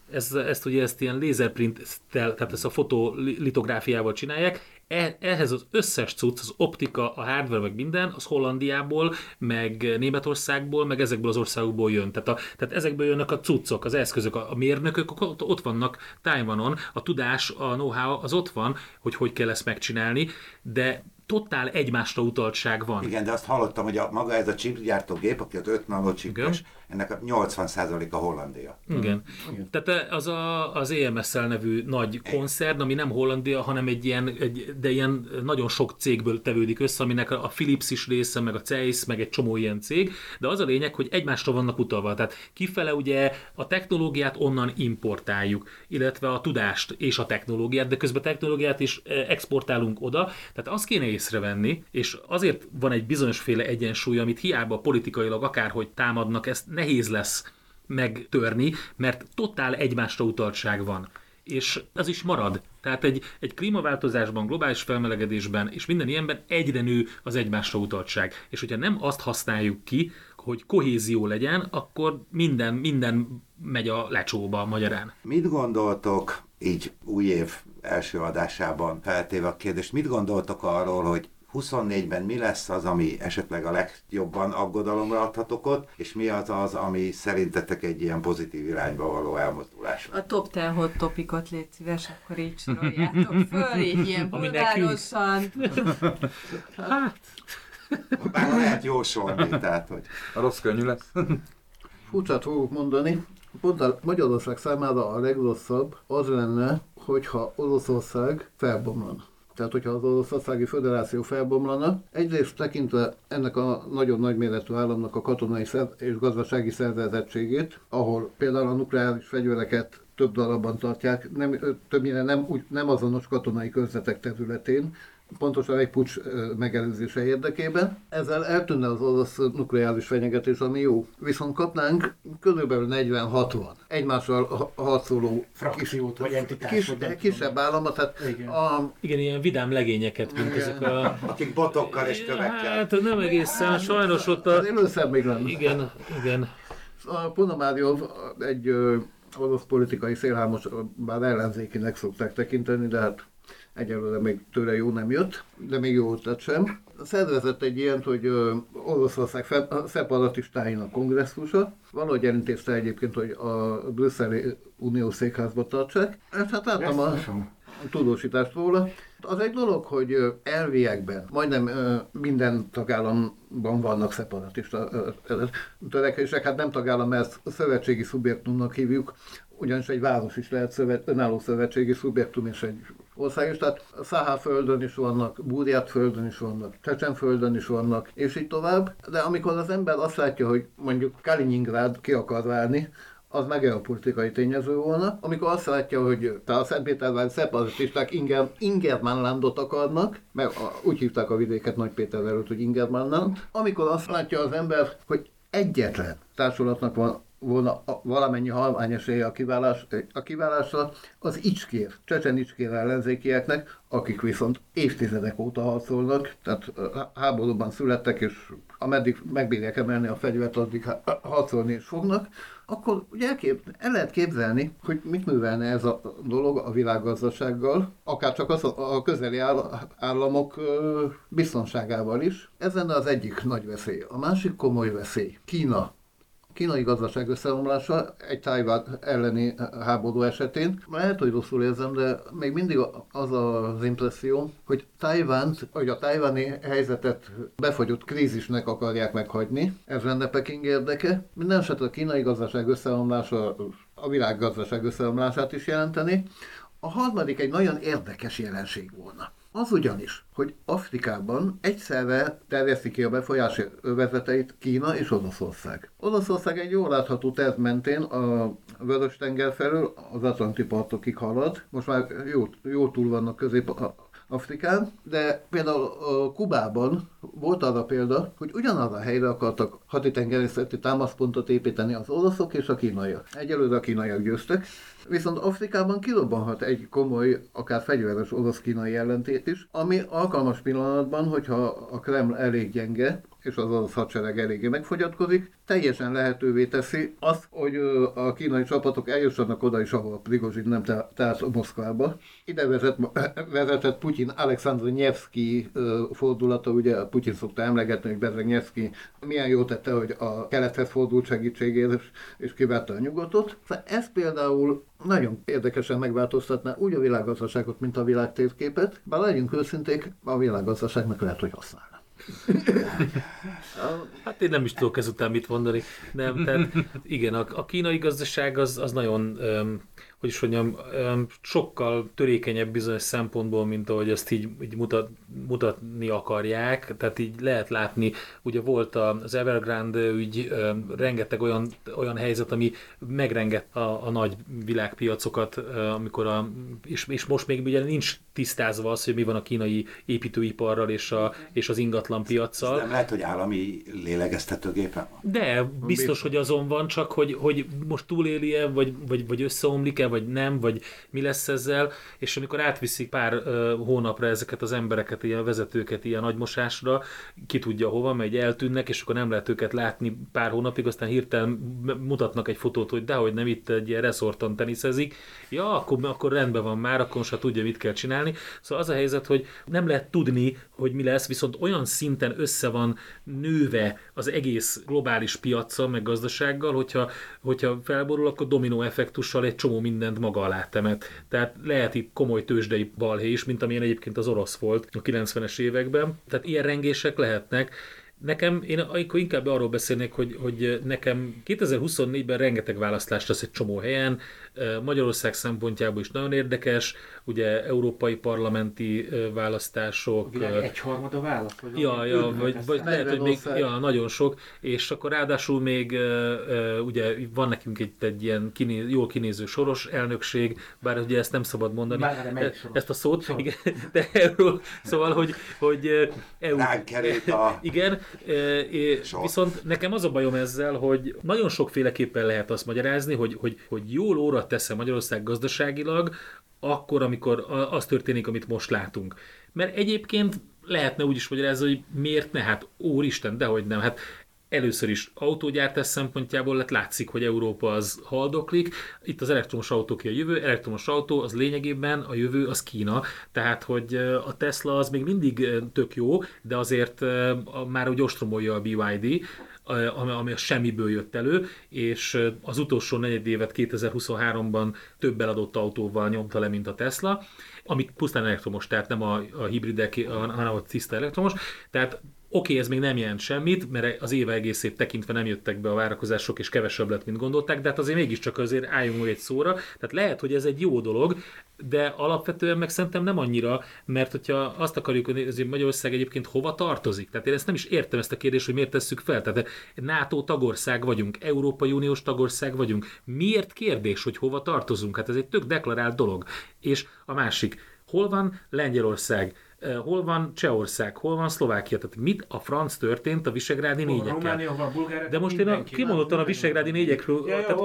ezt ilyen lézerprinttel, tehát ezt a fotolitográfiával csinálják, ehhez az összes cucc, az optika, a hardware, meg minden, az Hollandiából, meg Németországból, meg ezekből az országokból jön. Tehát ezekből jönnek a cuccok, az eszközök, a mérnökök ott vannak Taiwanon, a tudás, a know-how az ott van, hogy kell ezt megcsinálni, de totál egymásra utaltság van. Igen, de azt hallottam, hogy maga ez a chipgyártógép, aki az 5 nanochipes, ennek a 80%-a Hollandia. Igen. Tehát az EMSL nevű nagy koncern, ami nem Hollandia, hanem egy ilyen nagyon sok cégből tevődik össze, aminek a Philips is része, meg a Zeiss, meg egy csomó ilyen cég, de az a lényeg, hogy egymásra vannak utalva. Tehát kifele ugye a technológiát onnan importáljuk, illetve a tudást és a technológiát, de közben a technológiát is exportálunk oda. Tehát azt kéne észrevenni, és azért van egy bizonyosféle egyensúly, amit hiába politikailag akárhogy támadnak, ezt nehéz lesz megtörni, mert totál egymásra utaltság van. És az is marad. Tehát egy klímaváltozásban, globális felmelegedésben és minden ilyenben egyre nő az egymásra utaltság. És hogyha nem azt használjuk ki, hogy kohézió legyen, akkor minden megy a lecsóba magyarán. Mit gondoltok, így új év első adásában feltéve a kérdést, mit gondoltok arról, hogy 24-ben mi lesz az, ami esetleg a legjobban aggodalomra adhatok ott, és mi az, ami szerintetek egy ilyen pozitív irányba való elmozdulás? A top 10 hot topicot légy szíves, akkor így soroljátok föl, így ilyen bulgárosan. Bár lehet jósolni, tehát hogy... A rossz könnyű lesz. Furcsát fogok mondani. Pont a Magyarország számára a legrosszabb az lenne, hogyha Oroszország felbomlana. Tehát, hogyha az Oroszországi Föderáció felbomlana, egyrészt tekintve ennek a nagyon nagyméretű államnak a katonai és gazdasági szervezettségét, ahol például a nukleáris fegyvereket több darabban tartják, többnyire nem azonos katonai körzetek területén, pontosan egy puccs megelőzése érdekében. Ezzel eltűnne az orosz nukleáris fenyegetés, ami jó. Viszont kapnánk körülbelül 40-60 egymással harcoló frakciót, vagy entitás, kisebb államot. Tehát igen, ilyen vidám legényeket, mint ezek a... Akik botokkal és kövekkel. Hát nem egészen, sajnos ott a... Az élőszem még lenne. Igen. A Ponomárjov egy orosz politikai szélhámos, bár ellenzékinek szokták tekinteni, de hát egyelőre még tőle jó nem jött, de még jó tett sem. Szervezett egy ilyent, hogy Oroszország szeparatistáinak kongresszusa. Valahogy elintézte egyébként, hogy a brüsszeli uniós székházba tartsák. Hát láttam a tudósítást róla. Az egy dolog, hogy elviekben majdnem minden tagállamban vannak szeparatista törekvések, hát nem tagállam, mert szövetségi szubjektumnak hívjuk, ugyanis egy város is lehet önálló szövetségi szubjektum, és egy ország is, tehát Szahá-földön is vannak, Burját-földön is vannak, Csecsen-földön is vannak, és így tovább. De amikor az ember azt látja, hogy mondjuk Kaliningrád ki akar válni, az meg a politikai tényező volna. Amikor azt látja, hogy a Szentpétervári szeparatisták Ingermanlandot akarnak, mert úgy hívták a vidéket Nagypéter előtt, hogy Ingermanland. Amikor azt látja az ember, hogy egyetlen társulatnak van volna valamennyi halvány esélye a kiválásra, az icskér, csecsen icskér ellenzékieknek, akik viszont évtizedek óta harcolnak, tehát háborúban születtek, és ameddig megbírják emelni a fegyvert, addig harcolni is fognak, akkor ugye el lehet képzelni, hogy mit művelne ez a dolog a világgazdasággal, akár csak a közeli államok biztonságával is. Ez lenne az egyik nagy veszély. A másik komoly veszély Kína. Kínai gazdaság összeomlása egy Tajvan elleni háború esetén. Lehet, hogy rosszul érzem, de még mindig az az impresszió, hogy a tajvani helyzetet befagyott krízisnek akarják meghagyni. Ez lenne Peking érdeke. Minden esetre a kínai gazdaság összeomlása a világgazdaság összeomlását is jelenteni. A harmadik egy nagyon érdekes jelenség volna. Az ugyanis, hogy Afrikában egyszerre terjeszti ki a befolyási övezeteit Kína és Oroszország. Oroszország egy jól látható terv mentén a Vörös-tenger felől az Atlanti partokig halad. Most már jó túl vannak Közép-Afrikán, de például Kubában volt arra példa, hogy ugyanarra a helyre akartak haditengerészeti támaszpontot építeni az oroszok és a kínaiak. Egyelőre a kínaiak győztek, viszont Afrikában kirobbanhat egy komoly, akár fegyveres orosz-kínai ellentét is, ami alkalmas pillanatban, hogyha a Kreml elég gyenge, és az orosz hadsereg eléggé megfogyatkozik, teljesen lehetővé teszi azt, hogy a kínai csapatok eljussanak oda is, ahol Prigozsin nem, tehát Moszkvába. Ide vezetett Putyin Alexandr Nyevszkij fordulata, ugye Putyin szokta emlegetni, hogy Bezeg Nyevszkij milyen jót tette, hogy a kelethez fordult segítségért, és kivette a nyugatot. Szóval ez például nagyon érdekesen megváltoztatná úgy a világgazdaságot, mint a világ térképet, bár legyünk őszinték, a világgazdaságnak lehet, hogy használna. Hát én nem is tudok ezután mit mondani. Nem, tehát igen, a kínai gazdaság az nagyon, hogy is mondjam, sokkal törékenyebb bizonyos szempontból, mint ahogy ezt így mutatni akarják. Tehát így lehet látni, ugye volt az Evergrande ügy, rengeteg olyan helyzet, ami megrengett a nagy világpiacokat, amikor és most még ugye nincs tisztázva az, hogy mi van a kínai építőiparral és az ingatlan piaccal. Ez nem lehet, hogy állami lélegeztetőgépen van? De biztos, hogy azon van, csak hogy most túléli-e, vagy összeomlik-e, vagy nem, vagy mi lesz ezzel, és amikor átviszik pár hónapra ezeket az embereket, ilyen vezetőket ilyen agymosásra, ki tudja hova megy, eltűnnek, és akkor nem lehet őket látni pár hónapig, aztán hirtelen mutatnak egy fotót, hogy dehogy nem, itt egy ilyen resorton teniszezik, ja, akkor rendben van már, akkor most tudja, mit kell csinálni. Szóval az a helyzet, hogy nem lehet tudni, hogy mi lesz, viszont olyan szinten össze van nőve az egész globális piaccal, meg gazdasággal, hogyha felborul, akkor dominó effektussal egy csomó mindent maga alá temet. Tehát lehet itt komoly tőzsdei balhé is, mint amilyen egyébként az orosz volt a 90-es években. Tehát ilyen rengések lehetnek. Nekem, én akkor inkább arról beszélnék, hogy nekem 2024-ben rengeteg választás lesz egy csomó helyen, Magyarország szempontjából is nagyon érdekes, ugye európai parlamenti választások. Egyharmada válasz? Vagy lehet, hogy még nagyon sok, és akkor ráadásul még ugye van nekünk egy ilyen jól kinéző soros elnökség, bár ugye ezt nem szabad mondani, ezt a szót, igen, de erről, szóval, hogy ránk került a... Igen, viszont nekem az a bajom ezzel, hogy nagyon sokféleképpen lehet azt magyarázni, hogy jól óra tesz Magyarország gazdaságilag, akkor, amikor az történik, amit most látunk. Mert egyébként lehetne úgy is magyarázni, hogy miért ne? Hát úristen, dehogy nem. Hát először is autógyártás szempontjából látszik, hogy Európa az haldoklik. Itt az elektromos autók a jövő. Elektromos autó az lényegében a jövő az Kína. Tehát, hogy a Tesla az még mindig tök jó, de azért már úgy ostromolja a BYD, ami a semmiből jött elő, és az utolsó negyedévet 2023-ban több eladott autóval nyomta le, mint a Tesla, amik pusztán elektromos, tehát nem a hibridek, hanem a tiszta elektromos. Tehát Oké, ez még nem jelent semmit, mert az év egészét tekintve nem jöttek be a várakozások, és kevesebb lett, mint gondolták, de hát azért mégiscsak azért álljunk meg egy szóra. Tehát lehet, hogy ez egy jó dolog, de alapvetően meg szerintem nem annyira, mert hogyha azt akarjuk, hogy Magyarország egyébként hova tartozik. Tehát én ezt nem is értem, ezt a kérdést, hogy miért tesszük fel. Tehát NATO tagország vagyunk, Európai Uniós tagország vagyunk. Miért kérdés, hogy hova tartozunk? Hát ez egy tök deklarált dolog. És a másik, hol van Lengyelország? Hol van Csehország, hol van Szlovákia, tehát mit a franc történt a visegrádi négyekkel. De most én kimondottan a visegrádi négyekről,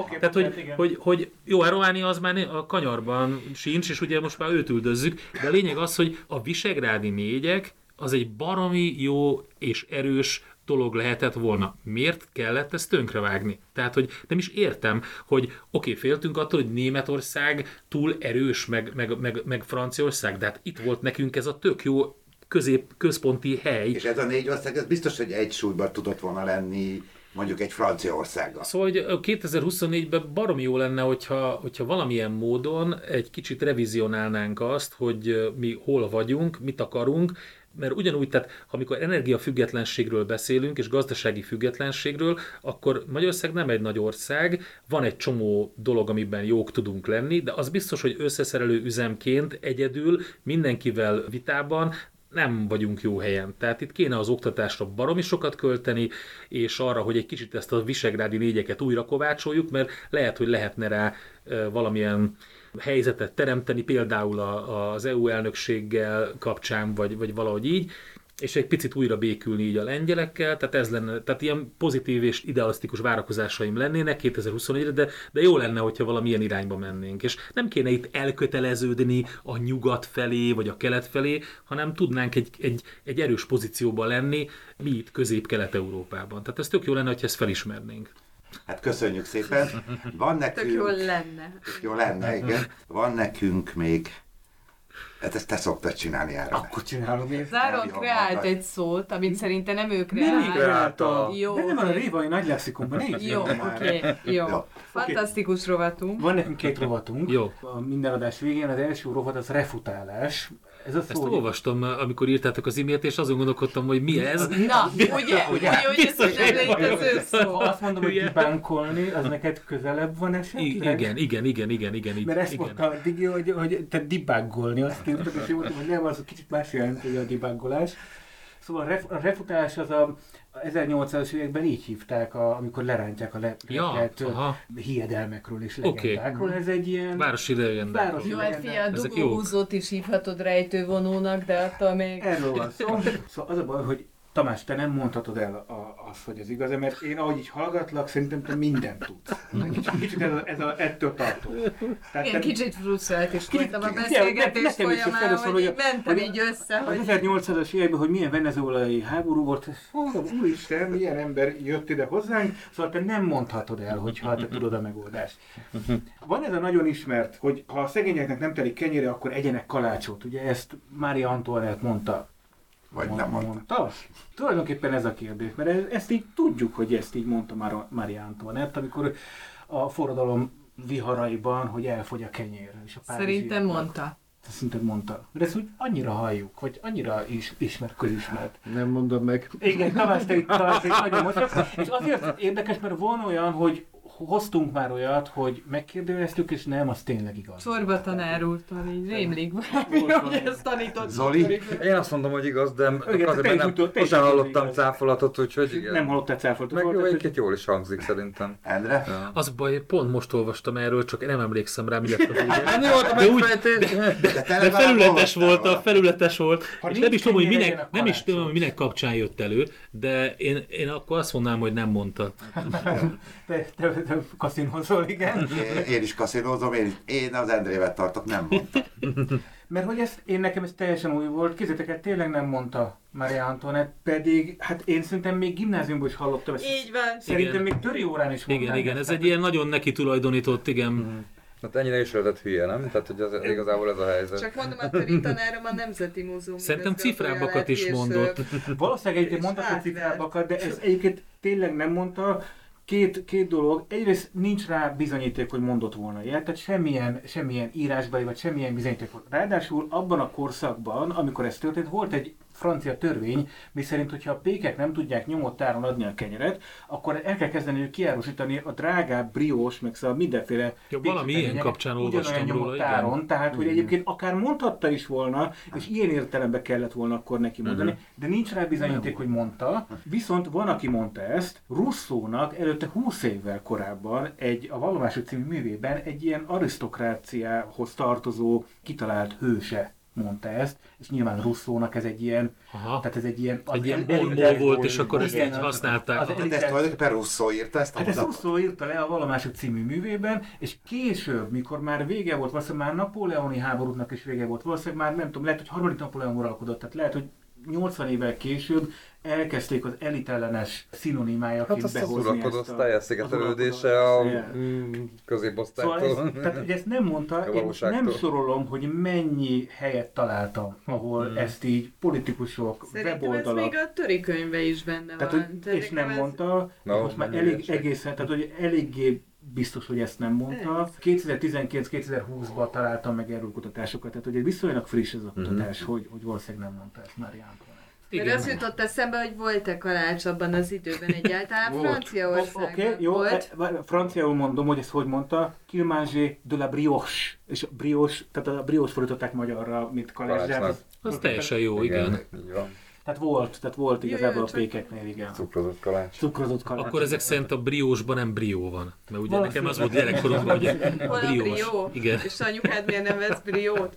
hogy jó, a Románia az már a kanyarban sincs, és ugye most már őt üldözzük, de a lényeg az, hogy a visegrádi négyek az egy baromi jó és erős dolog lehetett volna. Miért kellett ezt tönkrevágni? Tehát, hogy nem is értem, hogy oké, féltünk attól, hogy Németország túl erős, meg Franciaország, de hát itt volt nekünk ez a tök jó központi hely. És ez a 4 ország, ez biztos, hogy egy súlyban tudott volna lenni mondjuk egy Franciaországgal. Szóval, hogy 2024-ben baromi jó lenne, hogyha valamilyen módon egy kicsit revizionálnánk azt, hogy mi hol vagyunk, mit akarunk, mert ugyanúgy, tehát amikor energiafüggetlenségről beszélünk, és gazdasági függetlenségről, akkor Magyarország nem egy nagy ország, van egy csomó dolog, amiben jók tudunk lenni, de az biztos, hogy összeszerelő üzemként egyedül mindenkivel vitában nem vagyunk jó helyen. Tehát itt kéne az oktatásra baromi sokat költeni, és arra, hogy egy kicsit ezt a visegrádi négyeket újra kovácsoljuk, mert lehet, hogy lehetne rá valamilyen helyzetet teremteni, például az EU elnökséggel kapcsán, vagy valahogy így, és egy picit újra békülni így a lengyelekkel, tehát ez lenne, tehát ilyen pozitív és idealisztikus várakozásaim lennének 2024-re, de jó lenne, hogyha valamilyen irányba mennénk. És nem kéne itt elköteleződni a nyugat felé, vagy a kelet felé, hanem tudnánk egy erős pozícióban lenni mi itt Közép-Kelet-Európában. Tehát ez tök jó lenne, hogyha ezt felismernénk. Hát köszönjük szépen. Van nekünk... Tök jól lenne. Jó lenne, igen. Van nekünk még... Hát ezt te szoktad csinálni, Áron. Akkor csinálom én. Záron kreált egy szót, amit szerintem nem ő kreált. Nem így kreálta. Jó. De nem van a Révai Nagy Lexikonban, ne így Jó, oké. Jó. Fantasztikus rovatunk. Van nekünk 2 rovatunk. Jó. A minden adás végén az első rovat az refutálás. Ez a szó, ezt olvastam, amikor írtátok az e-mailt, és azon gondolkodtam, hogy mi ez. Na, ugye, hogy ez nem létező szó. Ha azt mondom, hogy debunkolni, az neked közelebb van esetleg? Igen. Mert ezt mondta addig, hogy te debuggolni, azt írtad, és én mondtam, hogy nem, az kicsit más jelenti a debuggolás. Szóval a refutálás az a 1800-as években így hívták, amikor lerántják a lepeket hiedelmekről és legendákról. Ez egy ilyen... Városi legendák. Jó, hát fia, a dugóhúzót is hívhatod rejtővonónak, de attól még... Erről van szó. Szóval az a baj, hogy Tamás, te nem mondhatod el azt, hogy ez igaz, mert én ahogy így hallgatlak, szerintem te mindent tudsz. Kicsit ettől tartom. Én kicsit frusztrált is voltam a beszélgetés folyamán, hogy így mentem így össze, hogy... Az 1800-as években, hogy milyen venezuelai háború volt, úristen, milyen ember jött ide hozzánk, szóval te nem mondhatod el, hogyha te tudod a megoldást. Van ez a nagyon ismert, hogy ha a szegényeknek nem telik kenyére, akkor egyenek kalácsot. Ugye ezt Mária Antoinette mondta. Vagy nem mondta. Tulajdonképpen ez a kérdés, mert ezt így tudjuk, hogy ezt így mondta Mária Antoinette, amikor a forradalom viharaiban, hogy elfogy a kenyér. És a szerintem mondta. Szerintem mondta. De ezt úgy annyira halljuk, hogy annyira közismert. Nem mondom meg. Igen, Tamás, te itt nagyon mosolyogsz. És azért érdekes, mert van olyan, hogy hoztunk már olyat, hogy megkérdeztük, és nem, az tényleg igaz. Sorba tanár úrtól, így rémlik valami, hogy ezt tanított. Zoli? Én azt mondom, hogy igaz, de azért nem hallottam cáfolatot, úgyhogy igen. Nem hallottál cáfolatot. Meg jó, egyébként jól is hangzik szerintem. Endre? Ja. Az baj, pont most olvastam erről, csak nem emlékszem rá, mi lett a vége. Nem volt a megfejtés. De felületes volt. És nem is tudom, hogy minek kapcsán jött elő, de én akkor azt mondanám, hogy nem mondta. Te kaszinózol, igen? Én is kaszinózom, én az Endrével tartok, nem mondtam. Mert hogy nekem ez teljesen új volt, kézzétek, tényleg nem mondta Mária Antoinette, pedig hát én szerintem még gimnáziumban is hallottam ezt. Így van. Szerintem még töri órán is mondták. Igen, ez egy ilyen nagyon neki tulajdonított, igen. Hát ennyire is lehetett hülye, nem? Tehát, hogy igazából ez a helyzet. Csak mondom, a töri tanárom a Nemzeti Múzeum. Szerintem cifrábbakat is mondott. Valószínűleg egyébként mondtak cifrábbakat, de ez egyébként tényleg nem mondta. Két dolog. Egyrészt nincs rá bizonyíték, hogy mondott volna ilyet, tehát semmilyen írásbeli, vagy semmilyen bizonyíték volt. Ráadásul abban a korszakban, amikor ez történt, volt egy francia törvény, miszerint, hogyha a pékek nem tudják nyomott áron adni a kenyeret, akkor el kell kezdeni kiárusítani a drágább briós, meg szóval mindenféle valami ilyen kapcsán olvastam róla, áron, tehát, hogy egyébként akár mondhatta is volna, és ilyen értelemben kellett volna akkor neki mondani, de nincs rá bizonyíték, hogy mondta. Viszont van, aki mondta ezt, Rousseau-nak előtte 20 évvel korábban a Vallomások című művében egy ilyen arisztokráciához tartozó kitalált hőse mondta ezt, és nyilván Rousseau-nak ez egy ilyen, tehát ez egy ilyen bonmol volt, és akkor ezt így használták. Hát ezt tulajdonképpen Rousseau írta ezt? Hát ezt Rousseau írta le a Vallomások című művében, és később, mikor már vége volt, valószínűleg már napóleoni háborúknak is vége volt, valószínűleg már nem tudom, lehet, hogy harmadik Napóleon uralkodott, tehát lehet, hogy 80 évvel később elkezdték az elitellenes szinonimájaként behozni ezt a... Hát azt az uralkodóosztály, a szigetelődése a középosztálytól. Szóval, tehát ugye ezt nem mondta, én most nem sorolom, hogy mennyi helyet találtam, ahol ezt így politikusok, szerintem weboldalak... Szerintem ez még a törikönyvbe is benne tehát, van. És nem mondta, most már egészen, tehát hogy eléggé biztos, hogy ezt nem mondta. 2019-2020-ban találtam meg erről kutatásokat, tehát hogy viszonylag friss ez a kutatás, hogy valószínűleg nem mondta ezt Marie Antoinette. Mert azt jutott eszembe, hogy volt-e kalács abban az időben egyáltalán Franciaországban. Oké, jó, franciául mondom, hogy ezt hogy mondta. Qu'il mangeait de la brioche. És a brioche, tehát a brioche fordították magyarra, mint kalács. Az teljesen jó, igen. Tehát volt igazából a pékeknél, igen. Cukrozott kalács. Akkor ezek szerint a briósban nem brió van. Mert ugye nekem az volt gyerekkoromban, hogy brió. Igen. És anyukád miért nem vesz briót?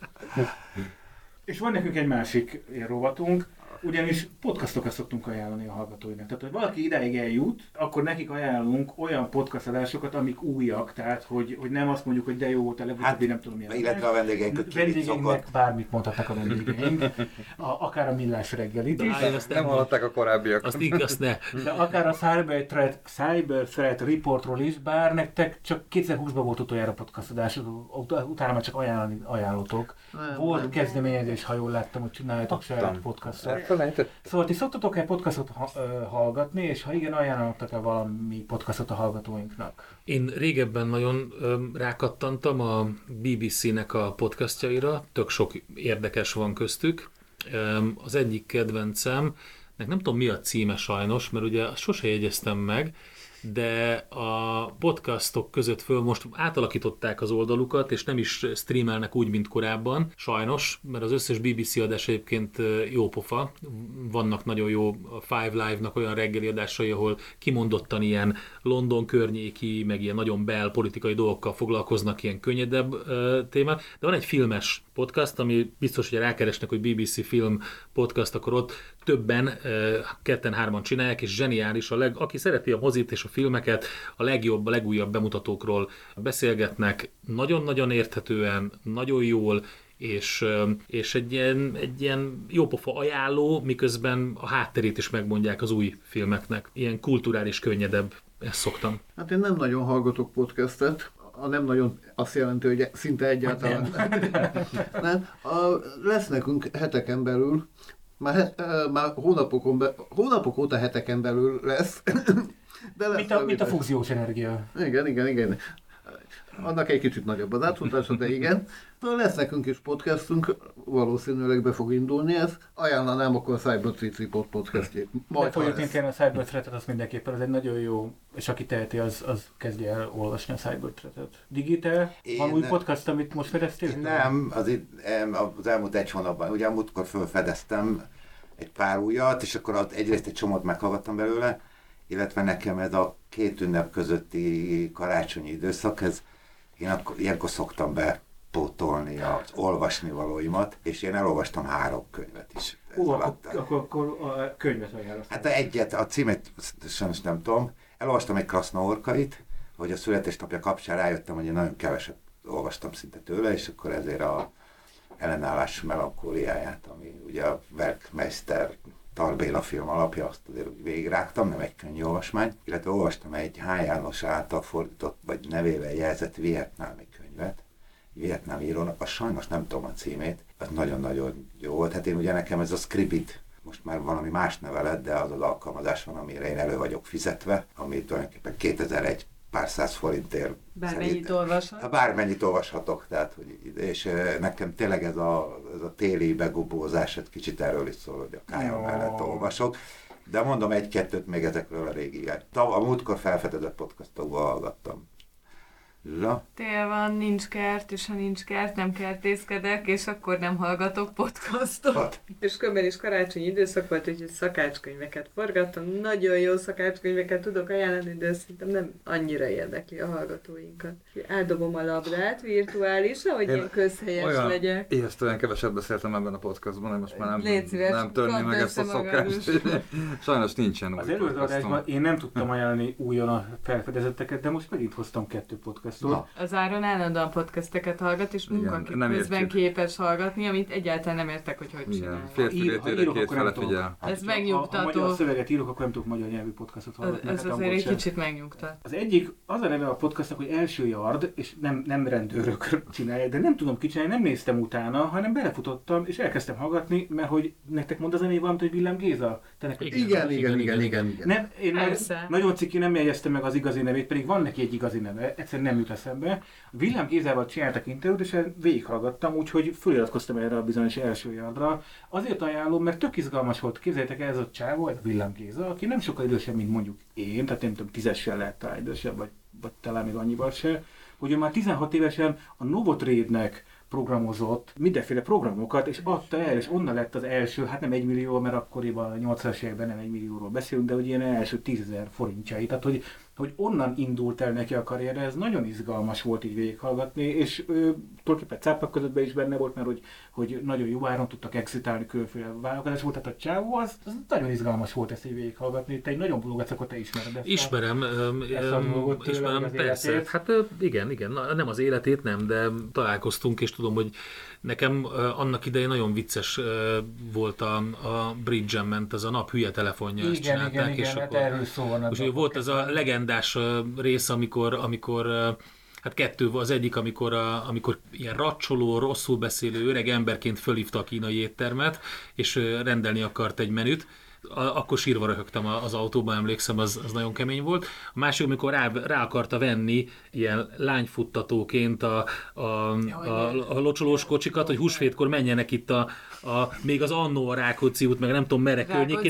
És van nekünk egy másik rovatunk, ugyanis podcastokat szoktunk ajánlani a hallgatóinak. Tehát, hogy valaki idáig eljut, akkor nekik ajánlunk olyan podcast adásokat, amik újak, tehát, hogy nem azt mondjuk, hogy de jó volt a legutóbbi, nem tudom milyen. Illetve a vendégeinknek bármit mondhatnak a vendégeink, akár a Millás reggelit is. Nem hallották a korábbiak. Azt ne. De akár a Cyber Threat Reportról is, bár nektek csak 2020-ban volt utoljára podcast adás, utána már csak ajánlotok. Volt kezdeményezés, ha jól láttam, hogy csináljátok saját podcastot. Szóval ti szoktatok-e podcastot hallgatni, és ha igen, ajánlanak-e valami podcastot a hallgatóinknak? Én régebben nagyon rákattantam a BBC-nek a podcastjaira, tök sok érdekes van köztük. Az egyik kedvencem, nem tudom mi a címe sajnos, mert ugye sose jegyeztem meg, de a podcastok között most átalakították az oldalukat, és nem is streamelnek úgy, mint korábban, sajnos, mert az összes BBC adás egyébként jó pofa. Vannak nagyon jó a Five Live-nak olyan reggeli adásai, ahol kimondottan ilyen London környéki, meg ilyen nagyon belpolitikai dolgokkal foglalkoznak, ilyen könnyedebb témát, de van egy filmes podcast, ami biztos, hogy rákeresnek, hogy BBC Film Podcast, akkor ott többen, ketten-hárman csinálják, és zseniális. Aki szereti a mozit és a filmeket, a legjobb, a legújabb bemutatókról beszélgetnek, nagyon-nagyon érthetően, nagyon jól, és egy ilyen jópofa ajánló, miközben a hátterét is megmondják az új filmeknek. Ilyen kulturális, könnyedebb, ezt szoktam. Hát én nem nagyon hallgatok podcastet. A nem nagyon azt jelenti, hogy szinte egyáltalán nem. Lesz nekünk heteken belül, már hónapok óta heteken belül lesz. De lesz mint a fúziós energia. Igen. Annak egy kicsit nagyobb az átfutása, de igen. Lesz nekünk is podcastunk, valószínűleg be fog indulni ez. Ajánlanám akkor a Cyber Threat Report podcastjét. De folyamatosan a Cyber Threat-et, az mindenképpen, az egy nagyon jó, és aki teheti, az kezdje el olvasni a Cyber Threat-et. Digitál? Van új podcast, amit most fedeztél? Nem, az elmúlt egy hónapban, ugye múltkor felfedeztem egy pár újat, és akkor egyrészt egy csomót meghallgattam belőle, illetve nekem ez a két ünnep közötti karácsonyi időszak, ilyenkor szoktam bepótolni az olvasnivalóimat, és én elolvastam 3 könyvet is. Akkor a könyvet ajánlottam. Hát egyet, a címet sajnos nem tudom. Elolvastam egy Krasznaorkait, hogy a születésnapja kapcsán rájöttem, hogy én nagyon keveset olvastam szinte tőle, és akkor ezért a ellenállás melankóliáját, ami ugye a Werkmeister Tarbéla film alapja, azt azért úgy végigrágtam, nem egy könnyű olvasmány, illetve olvastam egy H. János által fordított, vagy nevével jelzett vietnámi könyvet, vietnámi írónak, azt sajnos nem tudom a címét, az nagyon-nagyon jó volt. Hát én ugye nekem ez a Scribd, most már valami más neve lett, de az az alkalmazás van, amire én elő vagyok fizetve, ami tulajdonképpen 2001 pár száz forintért. Bármennyit olvashatok. Tehát, és nekem tényleg ez a téli begubózás, egy kicsit erről is szól, hogy a kályam mellett olvasok. De mondom egy-kettőt még ezekről a régiek. A múltkor felfedezett podcastokból hallgattam. Tél van, nincs kert, és ha nincs kert, nem kertészkedek, és akkor nem hallgatok podcastot. És kömmel is karácsonyi időszak volt, úgyhogy szakácskönyveket forgattam. Nagyon jó szakácskönyveket tudok ajánlani, de szerintem nem annyira érdekli a hallgatóinkat. Eldobom a labdát virtuálisan, hogy ilyen közhelyes legyek. Ijesztően keveset beszéltem ebben a podcastban, hogy most már nem törni meg ezt a szokást. Sajnos nincsen új podcastom. Az előző adásban én nem tudtam ajánlani újon a felfedezetteket, de most megint hoztam 2 podcastot. Az Áron állandóan podcasteket hallgat, és munka közben képes hallgatni, amit egyáltalán nem értek, hogy csinálja. Férfi két fele figyel. Ez megnyugtató. Ha magyar szöveget írok, akkor nem tudok magyar nyelvű podcastot hallgatni. Ez azért egy kicsit megnyugtat. Az egyik, az a neve a podcastnak, hogy Első Yard, és nem rendőrök csinálják, de nem tudom kicsinálni, nem néztem utána, hanem belefutottam, és elkezdtem hallgatni, mert hogy nektek mond az a név valamit, hogy Villám Géza? Igen. Nem, én nagyon ciki nem jegyeztem meg az igazi nevét, pedig van neki egy igazi neve, egyszerűen nem jut eszembe. Villám Gézával csináltak interjút, és végighallgattam, úgyhogy föliratkoztam erre a bizonyos Első Yardra. Azért ajánlom, mert tök izgalmas volt. Képzeljétek el, ez a csávó, ez a Villám Géza, aki nem sokkal idősebb, mint mondjuk én, tehát nem tudom, 10-essel lehet talán idősebb, vagy talán még annyival se, hogy ő már 16 évesen a Novotrade-nek programozott mindenféle programokat, és adta el, és onnan lett az első, hát nem 1 millió, mert akkoriban a 80-as években nem 1 millióról beszélünk, de hogy ilyen első 10 000 forintjai. Tehát, hogy onnan indult el neki a karrierre, ez nagyon izgalmas volt így végighallgatni, és tulajdonképpen cápák közöttben is benne volt, mert hogy nagyon jó áron tudtak exitálni, különféle vállalkozás volt, tehát a csávó az nagyon izgalmas volt ezt így végighallgatni. Te egy nagyon blogot, akkor te ismered ezt. Ismerem, persze. Hát igen, nem az életét nem, de találkoztunk, és tudom, hogy nekem annak idején nagyon vicces volt a Bridge-en ment, az a nap hülye telefonja, ezt csinálták. Igen, hát erről szó van. És volt ez a legendás rész, amikor hát 2, az egyik, amikor ilyen racsoló, rosszul beszélő öreg emberként fölhívta a kínai éttermet, és rendelni akart egy menüt. Akkor sírva röhögtem az autóban, emlékszem, az nagyon kemény volt. A másik, amikor rá akarta venni ilyen lányfuttatóként a locsolós kocsikat, hogy húsvétkor menjenek itt még az annó a Rákóczi út, meg nem tudom merre környékén,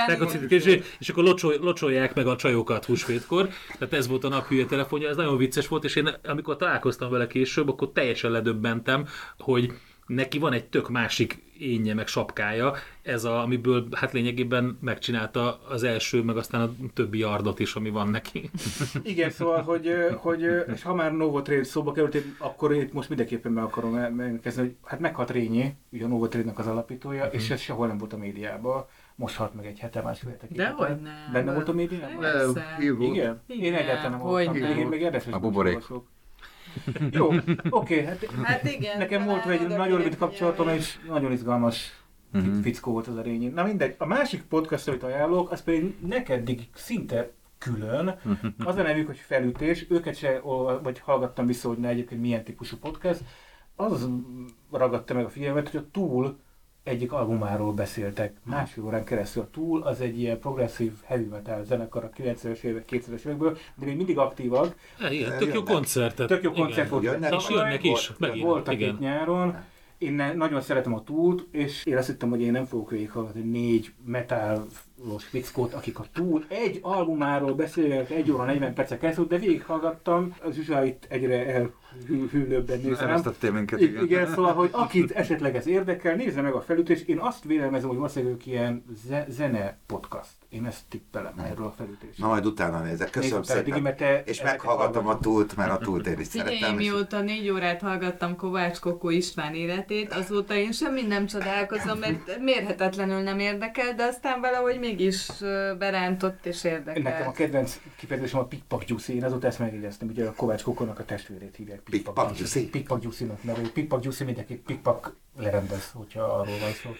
és akkor locsolják meg a csajokat húsvétkor. Tehát ez volt a nap hülye telefonja, ez nagyon vicces volt, és én amikor találkoztam vele később, akkor teljesen ledöbbentem, hogy neki van egy tök másik énje, meg sapkája, amiből hát lényegében megcsinálta az első, meg aztán a többi yardot is, ami van neki. Igen, szóval, hogy és ha már Novotrade szóba került, akkor itt most mindenképpen meg akarom megkezdeni, hogy hát meghalt Rényi, ugye a Novotrade-nak az alapítója, és ez sehol nem volt a médiában. Most halt meg egy hete, másfél hete. Dehogy nem. Benne volt a médiában? Igen? Én egyáltalán nem voltam. Én még érdekes, a buborék. Jó, oké, hát igen, nekem volt egy nagyon rövid kapcsolatom, és nagyon izgalmas fickó volt az a Rényi. Na mindegy, a másik podcast, amit ajánlok, az pedig neked szinte külön, az a nevük, hogy Felütés, őket se vagy hallgattam vissza, hogy ne egyébként milyen típusú podcast, az ragadta meg a figyelmet, hogy a Tool egyik albumáról beszéltek másfél órán keresztül. A Tool az egy ilyen progresszív heavy metal zenekar a 90-es évek, 2000-es évekből, de még mindig aktívak. Igen, tök jó koncertet. Tök jó koncert volt. És jönnek is. Voltak itt nyáron. Én nagyon szeretem a Tool-t, és én azt hittem, hogy én nem fogok végighallgatni 4 metalos fickót, akik a Tool egy albumáról beszélnek 1 óra 40 percet keresztül, de végighallgattam, az Zsuzsa itt egyre elhűlőbben nézem. Igen, szóval, hogy akit esetleg ez érdekel, nézze meg a Felütést. Én azt vélelmezem, hogy valószínűleg ők ilyen zene podcast. Én ezt tippelem erről a Felütést. Na majd utána nézek. Köszönöm szépen. És meghallgatom a Tool-t, mert a Tool-t én is szeretem. Mióta 4 órát hallgattam Kovács Kokó István életét, azóta én semmi nem csodálkozom, mert mérhetetlenül nem érdekel, de aztán valahogy mégis berántott és érdekel. Nekem a kedvenc kifejezésem a Pikpak Gyuszi, én azóta ezt megjegyeztem, ugye a Kovács Kokónak a testvérét hívják Pikpak Gyuszi. Pikpak Gyuszinak neve, Pikpak Gyuszi mindenki Pikpak lerendez, hogyha arról van szó.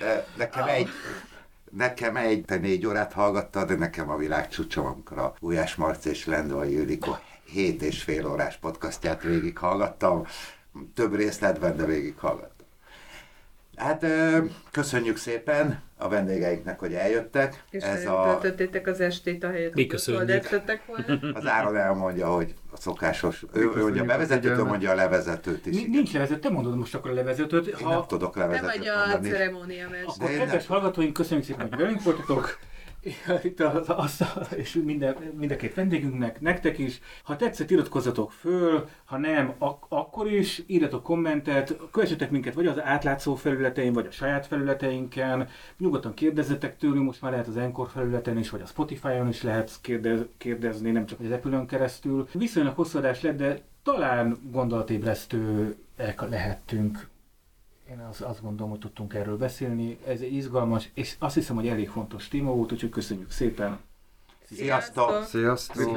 Nekem te 4 órát hallgattad, de nekem a világ csúcsom, amikor a Gulyás Marci és Lendvai Ildikó 7,5 órás podcastját végighallgattam. Több részletben, de végighallgattam. Hát köszönjük szépen a vendégeinknek, hogy eljöttek. És töltöttétek az estét a helyet, mi köszönjük. Volna. Az Áron elmondja, hogy a szokásos, ő mondja a bevezetőt, ő mondja a levezetőt is. Nincs levezető, te mondod most akkor a levezetőt. Én nem tudok levezetőt mondani. Te vagy a ceremóniamester. Akkor kedves hallgatóink, köszönjük szépen, hogy velünk voltatok. Itt és mind a két vendégünknek, nektek is. Ha tetszett, iratkozzatok föl, ha nem, akkor is írjatok kommentet, kövessetek minket vagy az átlátszó felületein, vagy a saját felületeinken. Nyugodtan kérdezzetek tőlünk, most már lehet az Anchor felületen is, vagy a Spotify-on is lehet kérdezni, nem csak az Apple-ön keresztül. Viszonylag hosszú adás lett, de talán gondolatébresztőek lehettünk. Én azt gondolom, hogy tudtunk erről beszélni, ez izgalmas, és azt hiszem, hogy elég fontos téma volt, úgyhogy köszönjük szépen. Sziasztok! Sziasztok!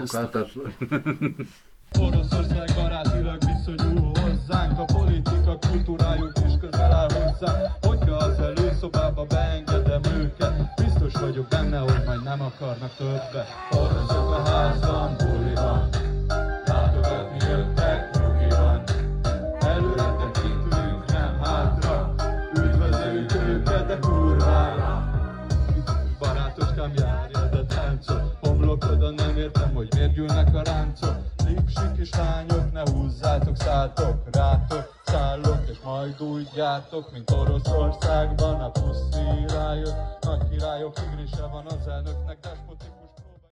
Oroszország barátilag viszonyul hozzánk, a politika kultúrájuk is közel áll hozzánk. Hogyha az előszobába beengedem őket, biztos vagyok benne, hogy majd nem akarnak többet. Oroszok a házban, buli van, látogatni jöttek, nyugi van. Előre tekintünk, nem hátra, üdvözöljük őket, de kurvára. Barátoskám, járja, de táncol, homlokodon nem értem, hogy miért gyűlnek a ráncok. Lipsik és lányok, ne húzzátok, szálltok, rátok, szállok, és majd úgy jártok, mint Oroszországban a puszti rájött. Nagy királyok igrise van az elnöknek, despotikus.